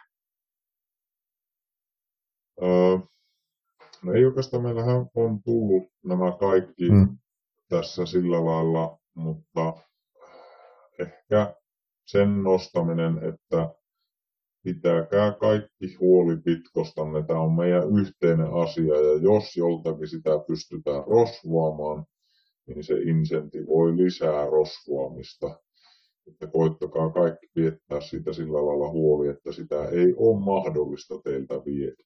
[SPEAKER 1] Öö, no ei oikeastaan, meillähän on tullut nämä kaikki mm. tässä sillä lailla, mutta ehkä sen nostaminen, että pitäkää kaikki huoli Bitcostanne. Tämä on meidän yhteinen asia, ja jos joltakin sitä pystytään rosvoamaan, niin se insentivoi lisää rosvoamista. Että koittakaa kaikki viettää siitä sillä lailla huoli, että sitä ei ole mahdollista teiltä viedä.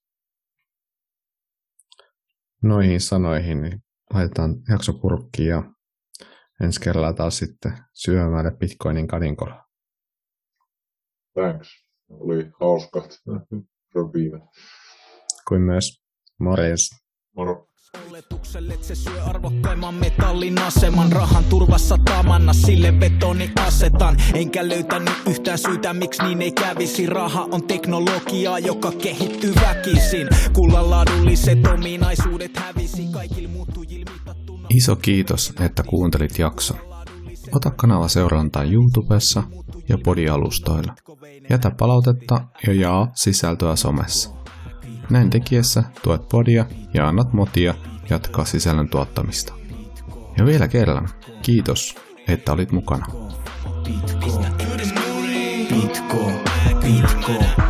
[SPEAKER 4] Noihin sanoihin niin laitetaan jakso purkkiin ja ensi kerralla taas sitten syömälle Bitcoinin kadinkolla.
[SPEAKER 1] Thanks. Oli hauskat röpinät.
[SPEAKER 4] Kuin myös morjes.
[SPEAKER 1] Moro.
[SPEAKER 2] Oletukselle se syö arvokkaimman metallin aseman. Rahan turvassa tamanna sille betoni asetan. Enkä löytänyt yhtään syytä, miksi niin ei kävisi. Raha on teknologiaa, joka kehittyy väkisin. Kullan laadulliset ominaisuudet hävisi. Kaikille muuttujille mitattuna.
[SPEAKER 3] Iso kiitos, että kuuntelit jakson. Ota kanava seurantaa YouTubessa ja podialustoilla. Jätä palautetta ja jaa sisältöä somessa. Näin tekiessä tuet podia ja annat motia jatkaa sisällön tuottamista. Ja vielä kerran, kiitos, että olit mukana.
[SPEAKER 2] Bitcoin, Bitcoin, Bitcoin.